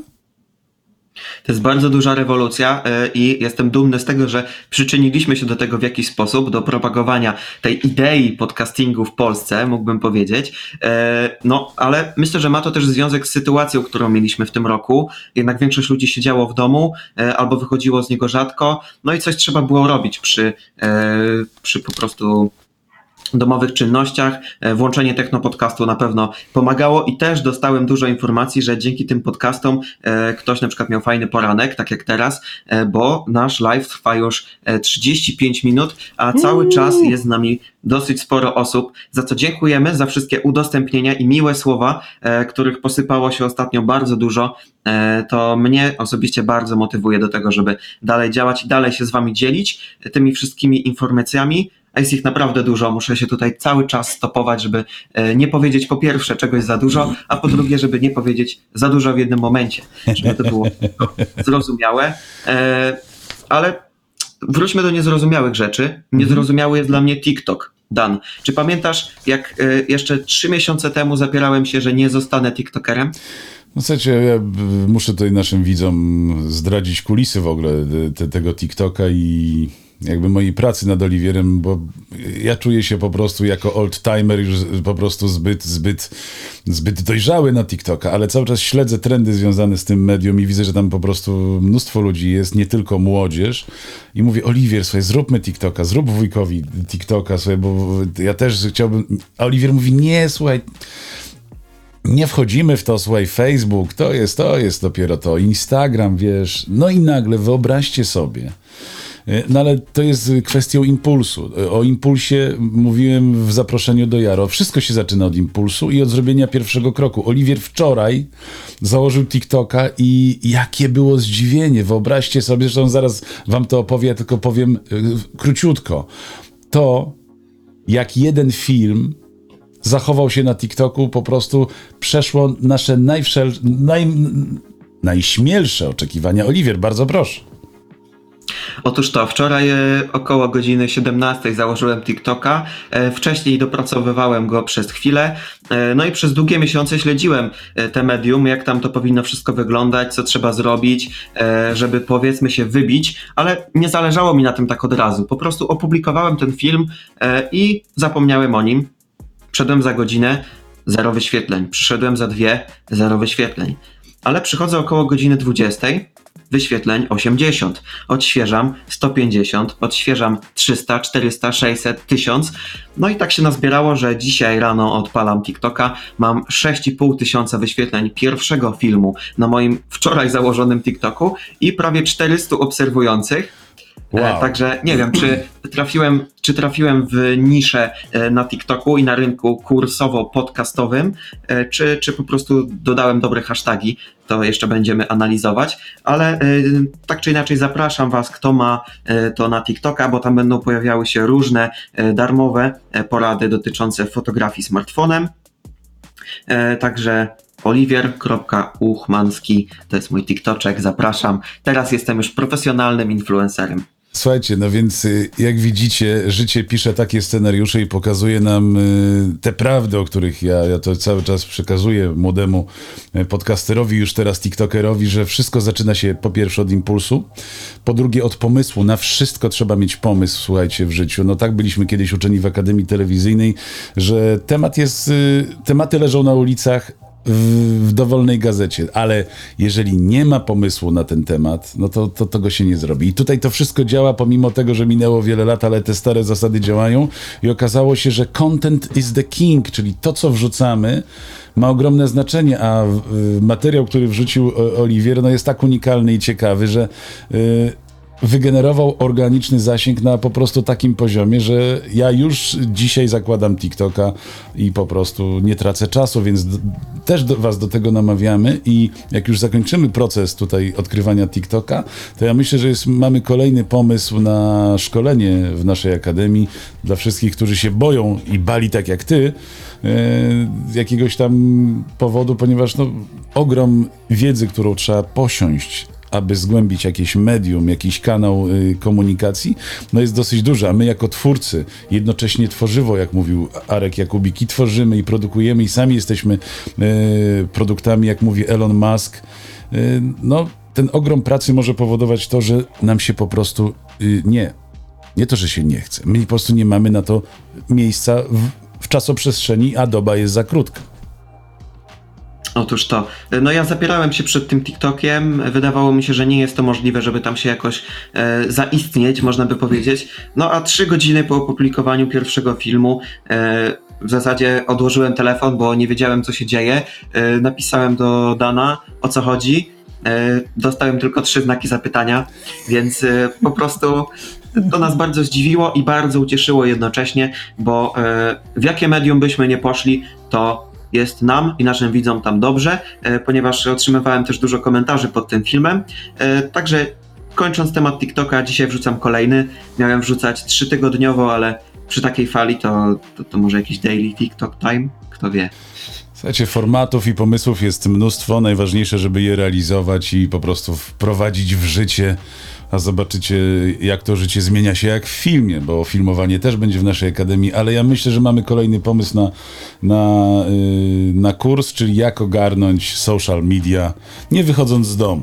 To jest bardzo duża rewolucja i jestem dumny z tego, że przyczyniliśmy się do tego w jakiś sposób, do propagowania tej idei podcastingu w Polsce, mógłbym powiedzieć. No, ale myślę, że ma to też związek z sytuacją, którą mieliśmy w tym roku. Jednak większość ludzi siedziało w domu albo wychodziło z niego rzadko, no i coś trzeba było robić przy, przy po prostu domowych czynnościach. Włączenie Technopodcastu na pewno pomagało i też dostałem dużo informacji, że dzięki tym podcastom e, ktoś na przykład miał fajny poranek, tak jak teraz, e, bo nasz live trwa już e, trzydzieści pięć minut, a cały mm. czas jest z nami dosyć sporo osób, za co dziękujemy, za wszystkie udostępnienia i miłe słowa, e, których posypało się ostatnio bardzo dużo. E, to mnie osobiście bardzo motywuje do tego, żeby dalej działać i dalej się z wami dzielić tymi wszystkimi informacjami. A jest ich naprawdę dużo, muszę się tutaj cały czas stopować, żeby nie powiedzieć po pierwsze czegoś za dużo, a po drugie, żeby nie powiedzieć za dużo w jednym momencie, żeby to było zrozumiałe. Ale wróćmy do niezrozumiałych rzeczy. Niezrozumiały jest dla mnie TikTok. Dan, czy pamiętasz, jak y, jeszcze trzy miesiące temu zapierałem się, że nie zostanę TikTokerem? No słuchajcie, ja muszę tutaj naszym widzom zdradzić kulisy w ogóle te, tego TikToka i jakby mojej pracy nad Oliwierem, bo ja czuję się po prostu jako old-timer już po prostu zbyt, zbyt, zbyt dojrzały na TikToka, ale cały czas śledzę trendy związane z tym medium i widzę, że tam po prostu mnóstwo ludzi jest, nie tylko młodzież i mówię, Oliwier, słuchaj, zróbmy TikToka, zrób wujkowi TikToka, słuchaj, bo ja też chciałbym, a Oliwier mówi, nie, słuchaj, nie wchodzimy w to, słuchaj, Facebook, to jest, to jest dopiero to, Instagram, wiesz, no i nagle wyobraźcie sobie. No ale to jest kwestią impulsu. O impulsie mówiłem w zaproszeniu do Jaro. Wszystko się zaczyna od impulsu i od zrobienia pierwszego kroku. Oliwier wczoraj założył TikToka i jakie było zdziwienie. Wyobraźcie sobie, zresztą zaraz wam to opowie, ja tylko powiem króciutko. To, jak jeden film zachował się na TikToku, po prostu przeszło nasze najwszel... naj... najśmielsze oczekiwania. Oliwier, bardzo proszę. Otóż to, wczoraj e, około godziny siedemnastej założyłem TikToka, e, wcześniej dopracowywałem go przez chwilę, e, no i przez długie miesiące śledziłem e, te medium, jak tam to powinno wszystko wyglądać, co trzeba zrobić, e, żeby powiedzmy się wybić, ale nie zależało mi na tym tak od razu, po prostu opublikowałem ten film e, i zapomniałem o nim, wszedłem za godzinę, zero wyświetleń, przyszedłem za dwie, zero wyświetleń, ale przychodzę około godziny dwudziestej, wyświetleń osiemdziesiąt, odświeżam sto pięćdziesiąt, odświeżam trzysta, czterysta, sześćset, tysiąc, no i tak się nazbierało, że dzisiaj rano odpalam TikToka, mam sześć i pół tysiąca wyświetleń pierwszego filmu na moim wczoraj założonym TikToku i prawie czterysta obserwujących. Wow. E, także nie wiem, czy trafiłem, czy trafiłem w niszę e, na TikToku i na rynku kursowo-podcastowym, e, czy, czy po prostu dodałem dobre hasztagi, to jeszcze będziemy analizować, ale e, tak czy inaczej zapraszam was, kto ma e, to na TikToka, bo tam będą pojawiały się różne e, darmowe e, porady dotyczące fotografii smartfonem, e, także oliwier kropka uchmanski to jest mój TikToczek, zapraszam. Teraz jestem już profesjonalnym influencerem. Słuchajcie, no więc jak widzicie, życie pisze takie scenariusze i pokazuje nam te prawdy, o których ja, ja to cały czas przekazuję młodemu podcasterowi, już teraz tiktokerowi, że wszystko zaczyna się po pierwsze od impulsu, po drugie od pomysłu. Na wszystko trzeba mieć pomysł, słuchajcie, w życiu. No tak byliśmy kiedyś uczeni w Akademii Telewizyjnej, że temat jest, tematy leżą na ulicach, w dowolnej gazecie, ale jeżeli nie ma pomysłu na ten temat, no to, to tego się nie zrobi. I tutaj to wszystko działa, pomimo tego, że minęło wiele lat, ale te stare zasady działają i okazało się, że content is the king, czyli to, co wrzucamy, ma ogromne znaczenie, a y, materiał, który wrzucił Oliwier, no jest tak unikalny i ciekawy, że y, wygenerował organiczny zasięg na po prostu takim poziomie, że ja już dzisiaj zakładam TikToka i po prostu nie tracę czasu, więc d- też do was do tego namawiamy i jak już zakończymy proces tutaj odkrywania TikToka, to ja myślę, że jest, mamy kolejny pomysł na szkolenie w naszej akademii dla wszystkich, którzy się boją i bali tak jak ty, yy, z jakiegoś tam powodu, ponieważ no, ogrom wiedzy, którą trzeba posiąść, aby zgłębić jakieś medium, jakiś kanał y, komunikacji, no jest dosyć duży, a my jako twórcy, jednocześnie tworzywo, jak mówił Arek Jakubik, i tworzymy i produkujemy i sami jesteśmy y, produktami, jak mówi Elon Musk, y, no ten ogrom pracy może powodować to, że nam się po prostu y, nie, nie to, że się nie chce, my po prostu nie mamy na to miejsca w, w czasoprzestrzeni, a doba jest za krótka. Otóż to. No ja zapierałem się przed tym TikTokiem, wydawało mi się, że nie jest to możliwe, żeby tam się jakoś e, zaistnieć, można by powiedzieć. No a trzy godziny po opublikowaniu pierwszego filmu e, w zasadzie odłożyłem telefon, bo nie wiedziałem, co się dzieje. E, napisałem do Dana, o co chodzi. E, dostałem tylko trzy znaki zapytania, więc e, po prostu to nas bardzo zdziwiło i bardzo ucieszyło jednocześnie, bo e, w jakie medium byśmy nie poszli, to jest nam i naszym widzom tam dobrze, e, ponieważ otrzymywałem też dużo komentarzy pod tym filmem. E, także kończąc temat TikToka, dzisiaj wrzucam kolejny. Miałem wrzucać trzytygodniowo, ale przy takiej fali to, to, to może jakiś daily TikTok time? Kto wie. Słuchajcie, formatów i pomysłów jest mnóstwo. Najważniejsze, żeby je realizować i po prostu wprowadzić w życie a zobaczycie, jak to życie zmienia się jak w filmie, bo filmowanie też będzie w naszej akademii, ale ja myślę, że mamy kolejny pomysł na, na, yy, na kurs, czyli jak ogarnąć social media, nie wychodząc z domu.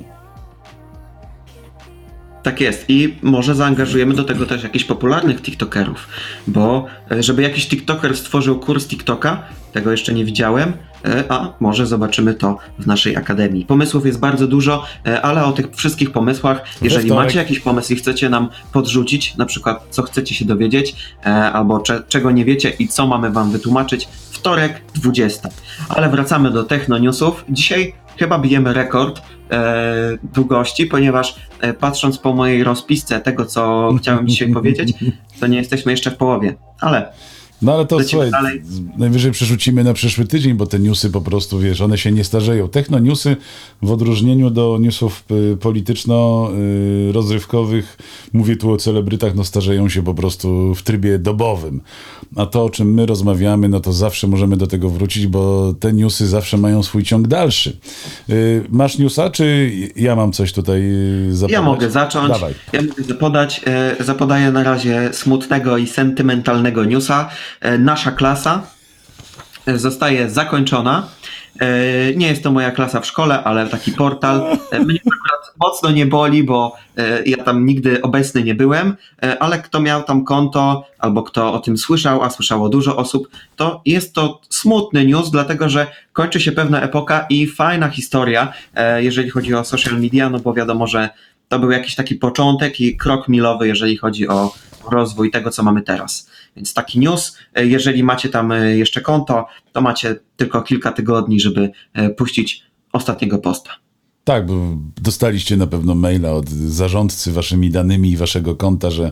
Tak jest i może zaangażujemy do tego też jakichś popularnych tiktokerów, bo żeby jakiś tiktoker stworzył kurs TikToka, tego jeszcze nie widziałem, a może zobaczymy to w naszej akademii. Pomysłów jest bardzo dużo, ale o tych wszystkich pomysłach, jeżeli macie jakiś pomysł i chcecie nam podrzucić, na przykład co chcecie się dowiedzieć, albo cze- czego nie wiecie i co mamy wam wytłumaczyć, wtorek dwudziesta. Ale wracamy do Techno Newsów. Dzisiaj chyba bijemy rekord e, długości, ponieważ e, patrząc po mojej rozpisce tego, co chciałem dzisiaj powiedzieć, to nie jesteśmy jeszcze w połowie, ale... No ale to Lecimy słuchaj, dalej. najwyżej przerzucimy na przyszły tydzień, bo te newsy po prostu, wiesz, one się nie starzeją. Techno newsy w odróżnieniu do newsów y, polityczno-rozrywkowych, mówię tu o celebrytach, no starzeją się po prostu w trybie dobowym. A to, o czym my rozmawiamy, no to zawsze możemy do tego wrócić, bo te newsy zawsze mają swój ciąg dalszy. Y, masz newsa, czy ja mam coś tutaj zapodać? Ja mogę zacząć. Dawaj. Ja mogę zapodać. E, zapodaję na razie smutnego i sentymentalnego newsa. E, nasza klasa e, zostaje zakończona. E, nie jest to moja klasa w szkole, ale taki portal. E, mnie akurat mocno nie boli, bo e, ja tam nigdy obecny nie byłem, e, ale kto miał tam konto, albo kto o tym słyszał, a słyszało dużo osób, to jest to smutny news, dlatego że kończy się pewna epoka i fajna historia, e, jeżeli chodzi o social media, no bo wiadomo, że to był jakiś taki początek i krok milowy, jeżeli chodzi o rozwój tego, co mamy teraz. Więc taki news, jeżeli macie tam jeszcze konto, to macie tylko kilka tygodni, żeby puścić ostatniego posta. Tak, bo dostaliście na pewno maila od zarządcy waszymi danymi i waszego konta, że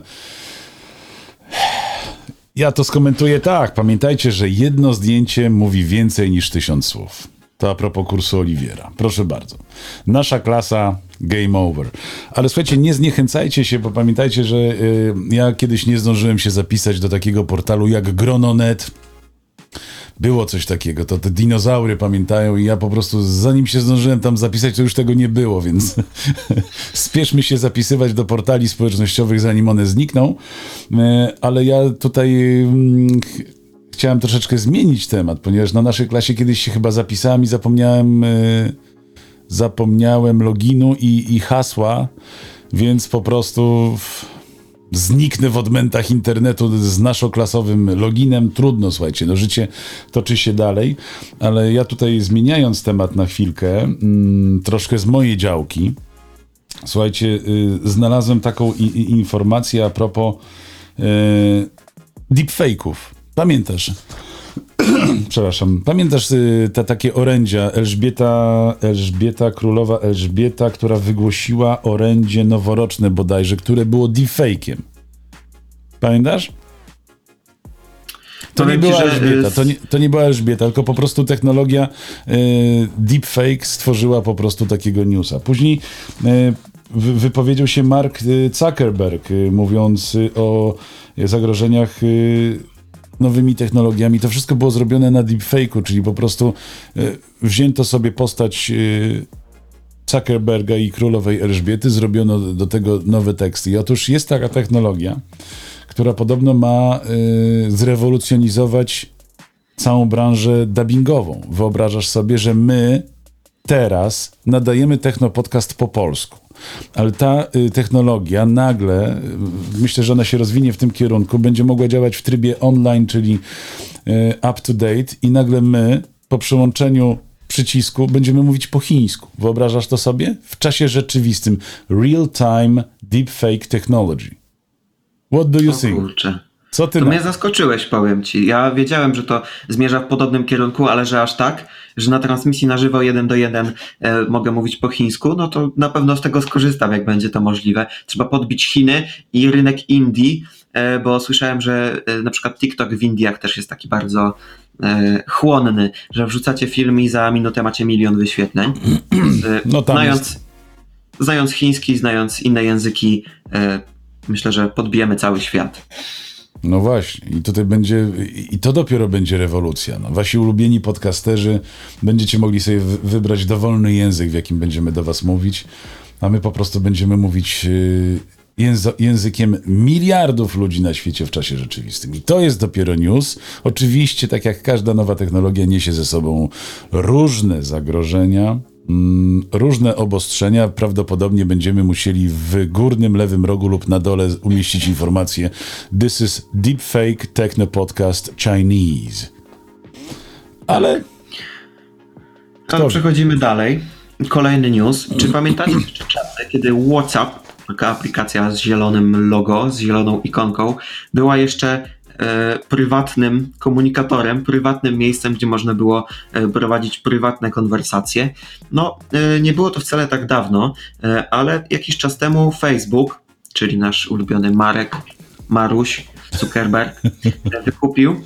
ja to skomentuję tak. Pamiętajcie, że jedno zdjęcie mówi więcej niż tysiąc słów. To a propos kursu Oliwiera. Proszę bardzo. Nasza klasa, game over. Ale słuchajcie, nie zniechęcajcie się, bo pamiętajcie, że y, ja kiedyś nie zdążyłem się zapisać do takiego portalu jak Grono kropka net. Było coś takiego, to te dinozaury pamiętają i ja po prostu zanim się zdążyłem tam zapisać, to już tego nie było, więc spieszmy się zapisywać do portali społecznościowych, zanim one znikną. Y, ale ja tutaj... Y, Chciałem troszeczkę zmienić temat, ponieważ na naszej klasie kiedyś się chyba zapisałem i zapomniałem yy, zapomniałem loginu i, i hasła, więc po prostu w, zniknę w odmętach internetu z naszoklasowym loginem. Trudno, słuchajcie, no życie toczy się dalej, ale ja tutaj zmieniając temat na chwilkę, mm, troszkę z mojej działki, słuchajcie, yy, znalazłem taką i, i informację a propos yy, deepfake'ów. Pamiętasz, przepraszam, pamiętasz y, te takie orędzia Elżbieta, Elżbieta, królowa Elżbieta, która wygłosiła orędzie noworoczne bodajże, które było deepfake'iem. Pamiętasz? To nie była Elżbieta, to nie, to nie była Elżbieta, tylko po prostu technologia y, deepfake stworzyła po prostu takiego newsa. Później y, wypowiedział się Mark Zuckerberg, y, mówiąc y, o zagrożeniach y, nowymi technologiami. To wszystko było zrobione na deepfake'u, czyli po prostu y, wzięto sobie postać y, Zuckerberga i królowej Elżbiety, zrobiono do, do tego nowe teksty. I otóż jest taka technologia, która podobno ma y, zrewolucjonizować całą branżę dubbingową. Wyobrażasz sobie, że my teraz nadajemy Technopodcast po polsku. Ale ta y, technologia nagle, y, myślę, że ona się rozwinie w tym kierunku, będzie mogła działać w trybie online, czyli y, up to date i nagle my po przyłączeniu przycisku będziemy mówić po chińsku. Wyobrażasz to sobie? W czasie rzeczywistym. Real-time deepfake technology. What do you o think? Kurczę. Co ty To na... mnie zaskoczyłeś, powiem ci. Ja wiedziałem, że to zmierza w podobnym kierunku, ale że aż tak, że na transmisji na żywo jeden do jeden e, mogę mówić po chińsku, no to na pewno z tego skorzystam, jak będzie to możliwe. Trzeba podbić Chiny i rynek Indii, e, bo słyszałem, że e, na przykład TikTok w Indiach też jest taki bardzo e, chłonny, że wrzucacie film i za minutę macie milion wyświetleń. E, no tam znając, jest. znając chiński, znając inne języki, e, myślę, że podbijemy cały świat. No właśnie, i tutaj będzie, i to dopiero będzie rewolucja. No, wasi ulubieni podcasterzy będziecie mogli sobie wybrać dowolny język, w jakim będziemy do was mówić. a my po prostu będziemy mówić jęzo- językiem miliardów ludzi na świecie w czasie rzeczywistym. I to jest dopiero news. Oczywiście, tak jak każda nowa technologia, niesie ze sobą różne zagrożenia, mm, różne obostrzenia. Prawdopodobnie będziemy musieli w górnym lewym rogu lub na dole umieścić informację This is Deepfake Techno Podcast Chinese. Ale... Ale przechodzimy dalej. Kolejny news. Czy pamiętacie jeszcze czasy, kiedy WhatsApp, taka aplikacja z zielonym logo, z zieloną ikonką, była jeszcze e, prywatnym komunikatorem, prywatnym miejscem, gdzie można było e, prowadzić prywatne konwersacje? No, e, nie było to wcale tak dawno, e, ale jakiś czas temu Facebook, czyli nasz ulubiony Marek, Maruś, Zuckerberg, wykupił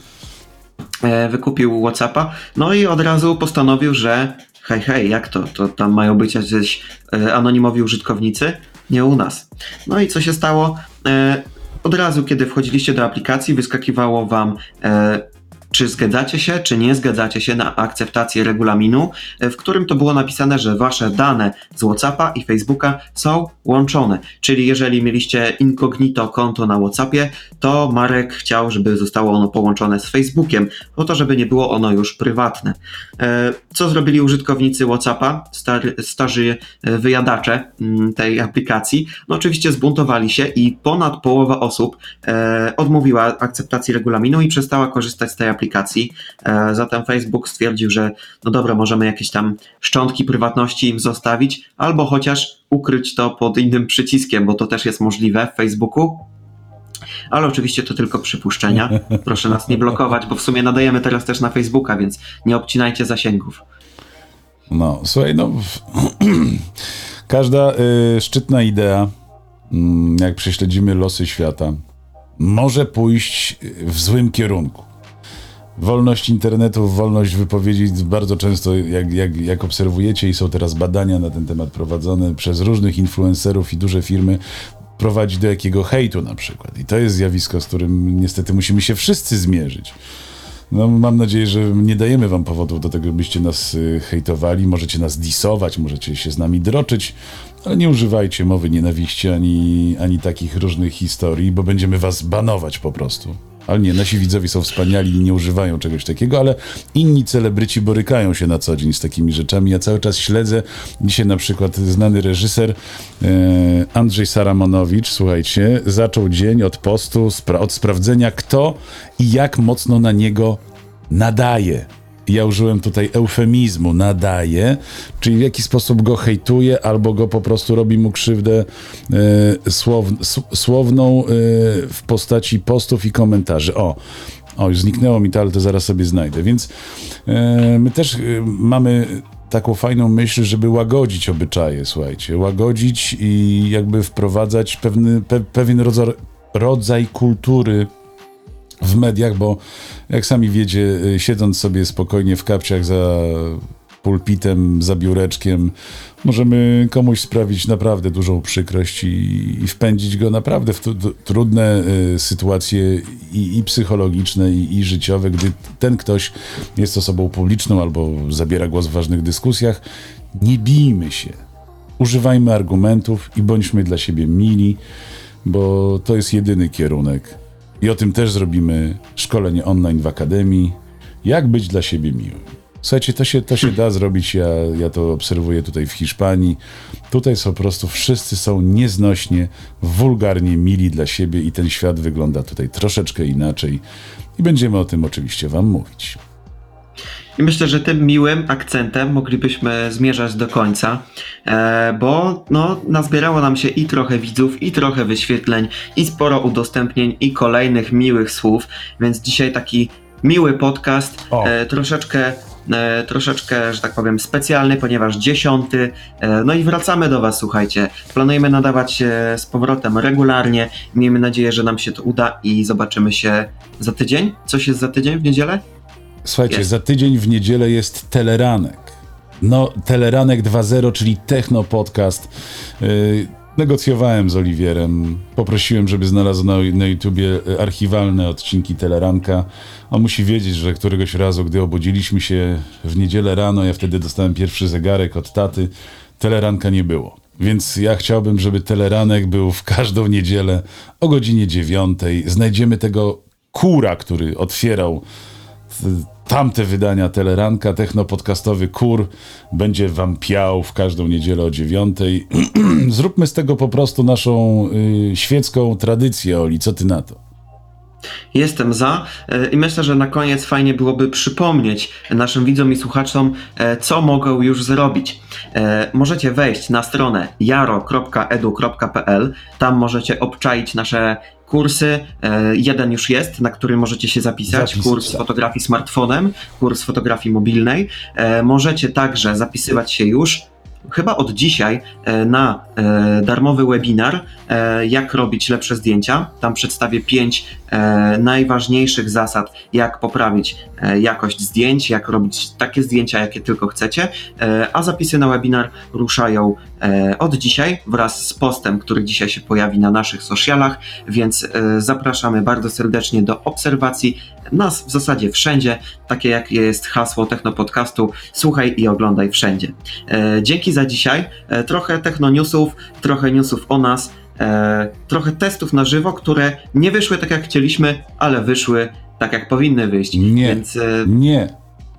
wykupił WhatsAppa, no i od razu postanowił, że hej, hej, jak to? To tam mają być jacyś anonimowi użytkownicy? Nie u nas. No i co się stało? Od razu, kiedy wchodziliście do aplikacji, wyskakiwało wam, czy zgadzacie się, czy nie zgadzacie się na akceptację regulaminu, w którym to było napisane, że wasze dane z WhatsAppa i Facebooka są łączone. Czyli jeżeli mieliście incognito konto na WhatsAppie, to Marek chciał, żeby zostało ono połączone z Facebookiem, po to, żeby nie było ono już prywatne. Co zrobili użytkownicy WhatsAppa, star, starzy wyjadacze tej aplikacji? No oczywiście zbuntowali się i ponad połowa osób odmówiła akceptacji regulaminu i przestała korzystać z tej aplikacji. aplikacji. Zatem Facebook stwierdził, że no dobra, możemy jakieś tam szczątki prywatności im zostawić, albo chociaż ukryć to pod innym przyciskiem, bo to też jest możliwe w Facebooku. Ale oczywiście to tylko przypuszczenia. Proszę nas nie blokować, bo w sumie nadajemy teraz też na Facebooka, więc nie obcinajcie zasięgów. No, słuchaj, no każda y, szczytna idea, y, jak prześledzimy losy świata, może pójść w złym kierunku. Wolność internetu, wolność wypowiedzi bardzo często, jak, jak, jak obserwujecie i są teraz badania na ten temat prowadzone przez różnych influencerów i duże firmy, prowadzi do jakiego hejtu na przykład. I to jest zjawisko, z którym niestety musimy się wszyscy zmierzyć. No, mam nadzieję, że nie dajemy wam powodów do tego, byście nas y, hejtowali. Możecie nas disować, możecie się z nami droczyć, ale nie używajcie mowy nienawiści ani, ani takich różnych historii, bo będziemy was banować po prostu. Ale nie, nasi widzowie są wspaniali i nie używają czegoś takiego, ale inni celebryci borykają się na co dzień z takimi rzeczami. Ja cały czas śledzę. Dzisiaj na przykład znany reżyser e, Andrzej Saramonowicz, słuchajcie, zaczął dzień od postu, spra- od sprawdzenia, kto i jak mocno na niego nadaje. Ja użyłem tutaj eufemizmu, nadaje, czyli w jaki sposób go hejtuje, albo go po prostu robi mu krzywdę e, słow, s, słowną e, w postaci postów i komentarzy. O, o, już zniknęło mi to, ale to zaraz sobie znajdę. Więc e, my też e, mamy taką fajną myśl, żeby łagodzić obyczaje, słuchajcie, łagodzić i jakby wprowadzać pewny, pe, pewien rodzaj, rodzaj kultury w mediach, bo jak sami wiecie, siedząc sobie spokojnie w kapciach za pulpitem, za biureczkiem, możemy komuś sprawić naprawdę dużą przykrość i, i wpędzić go naprawdę w t- t- trudne y, sytuacje i, i psychologiczne, i, i życiowe, gdy ten ktoś jest osobą publiczną albo zabiera głos w ważnych dyskusjach. Nie bijmy się. Używajmy argumentów i bądźmy dla siebie mili, bo to jest jedyny kierunek. I o tym też zrobimy szkolenie online w Akademii. Jak być dla siebie miłym. Słuchajcie, to się, to się da zrobić. Ja, ja to obserwuję tutaj w Hiszpanii. Tutaj są po prostu wszyscy są nieznośnie, wulgarnie mili dla siebie i ten świat wygląda tutaj troszeczkę inaczej. I będziemy o tym oczywiście wam mówić. I myślę, że tym miłym akcentem moglibyśmy zmierzać do końca, e, bo no, nazbierało nam się i trochę widzów, i trochę wyświetleń, i sporo udostępnień, i kolejnych miłych słów, więc dzisiaj taki miły podcast, e, troszeczkę, e, troszeczkę, że tak powiem, specjalny, ponieważ dziesiąty, e, no i wracamy do was, słuchajcie. Planujemy nadawać e, z powrotem regularnie, miejmy nadzieję, że nam się to uda i zobaczymy się za tydzień. Coś jest za tydzień w niedzielę? Słuchajcie, jest. Za tydzień w niedzielę jest Teleranek. No, Teleranek dwa zero, czyli Techno Podcast. Yy, negocjowałem z Oliwierem. Poprosiłem, żeby znalazł na, na YouTubie archiwalne odcinki Teleranka. On musi wiedzieć, że któregoś razu, gdy obudziliśmy się w niedzielę rano, ja wtedy dostałem pierwszy zegarek od taty, Teleranka nie było. Więc ja chciałbym, żeby Teleranek był w każdą niedzielę o godzinie dziewiątej. Znajdziemy tego kura, który otwierał tamte wydania Teleranka. Technopodcastowy kur będzie wam piał w każdą niedzielę o dziewiątej. Zróbmy z tego po prostu naszą y, świecką tradycję, Oli. Co ty na to? Jestem za i myślę, że na koniec fajnie byłoby przypomnieć naszym widzom i słuchaczom, co mogą już zrobić. Możecie wejść na stronę jaro kropka edu kropka pe el, tam możecie obczaić nasze kursy. Jeden już jest, na który możecie się zapisać. Zapis, kurs tak. fotografii smartfonem, kurs fotografii mobilnej. Możecie także zapisywać się już chyba od dzisiaj na darmowy webinar jak robić lepsze zdjęcia. Tam przedstawię pięć najważniejszych zasad, jak poprawić jakość zdjęć, jak robić takie zdjęcia, jakie tylko chcecie, a zapisy na webinar ruszają od dzisiaj wraz z postem, który dzisiaj się pojawi na naszych socialach, więc zapraszamy bardzo serdecznie do obserwacji nas w zasadzie wszędzie, takie jak jest hasło Technopodcastu: słuchaj i oglądaj wszędzie. Dzięki za dzisiaj, trochę technonewsów, trochę newsów o nas, E, trochę testów na żywo, które nie wyszły tak jak chcieliśmy, ale wyszły tak jak powinny wyjść. Nie, Więc, e... nie.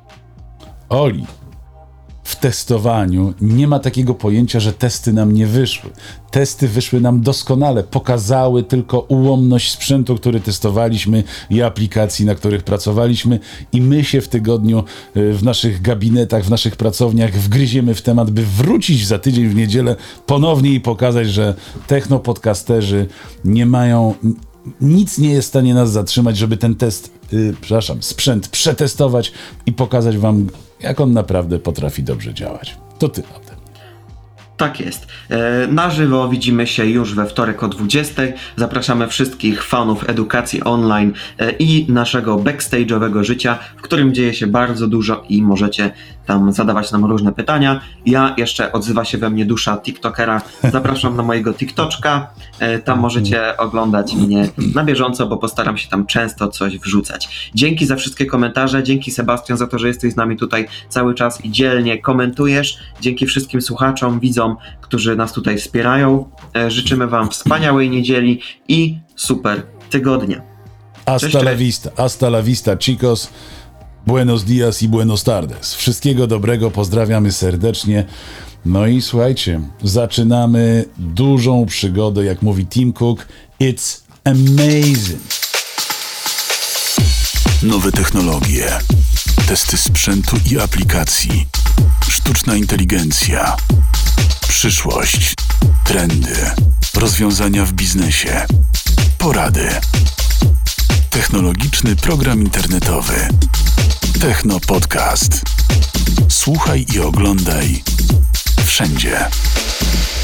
Oli, w testowaniu nie ma takiego pojęcia, że testy nam nie wyszły. Testy wyszły nam doskonale, pokazały tylko ułomność sprzętu, który testowaliśmy i aplikacji, na których pracowaliśmy, i my się w tygodniu w naszych gabinetach, w naszych pracowniach wgryziemy w temat, by wrócić za tydzień w niedzielę ponownie i pokazać, że technopodcasterzy nie mają... Nic nie jest w stanie nas zatrzymać, żeby ten test, yy, przepraszam, sprzęt przetestować i pokazać wam, jak on naprawdę potrafi dobrze działać. To tyle. Tak jest. Na żywo widzimy się już we wtorek o dwudziestej. Zapraszamy wszystkich fanów edukacji online i naszego backstage'owego życia, w którym dzieje się bardzo dużo i możecie tam zadawać nam różne pytania. Ja jeszcze odzywa się we mnie dusza tiktokera. Zapraszam na mojego tiktoczka. Tam możecie oglądać mnie na bieżąco, bo postaram się tam często coś wrzucać. Dzięki za wszystkie komentarze. Dzięki, Sebastian, za to, że jesteś z nami tutaj cały czas i dzielnie komentujesz. Dzięki wszystkim słuchaczom, widzom, którzy nas tutaj wspierają. Życzymy wam wspaniałej niedzieli i super tygodnia. Hasta la vista, hasta la vista, chicos. Buenos dias i buenos tardes. Wszystkiego dobrego, pozdrawiamy serdecznie. No i słuchajcie, zaczynamy dużą przygodę, jak mówi Tim Cook. It's amazing. Nowe technologie, testy sprzętu i aplikacji, sztuczna inteligencja, przyszłość, trendy, rozwiązania w biznesie, porady. Technologiczny program internetowy. Techno Podcast. Słuchaj i oglądaj wszędzie.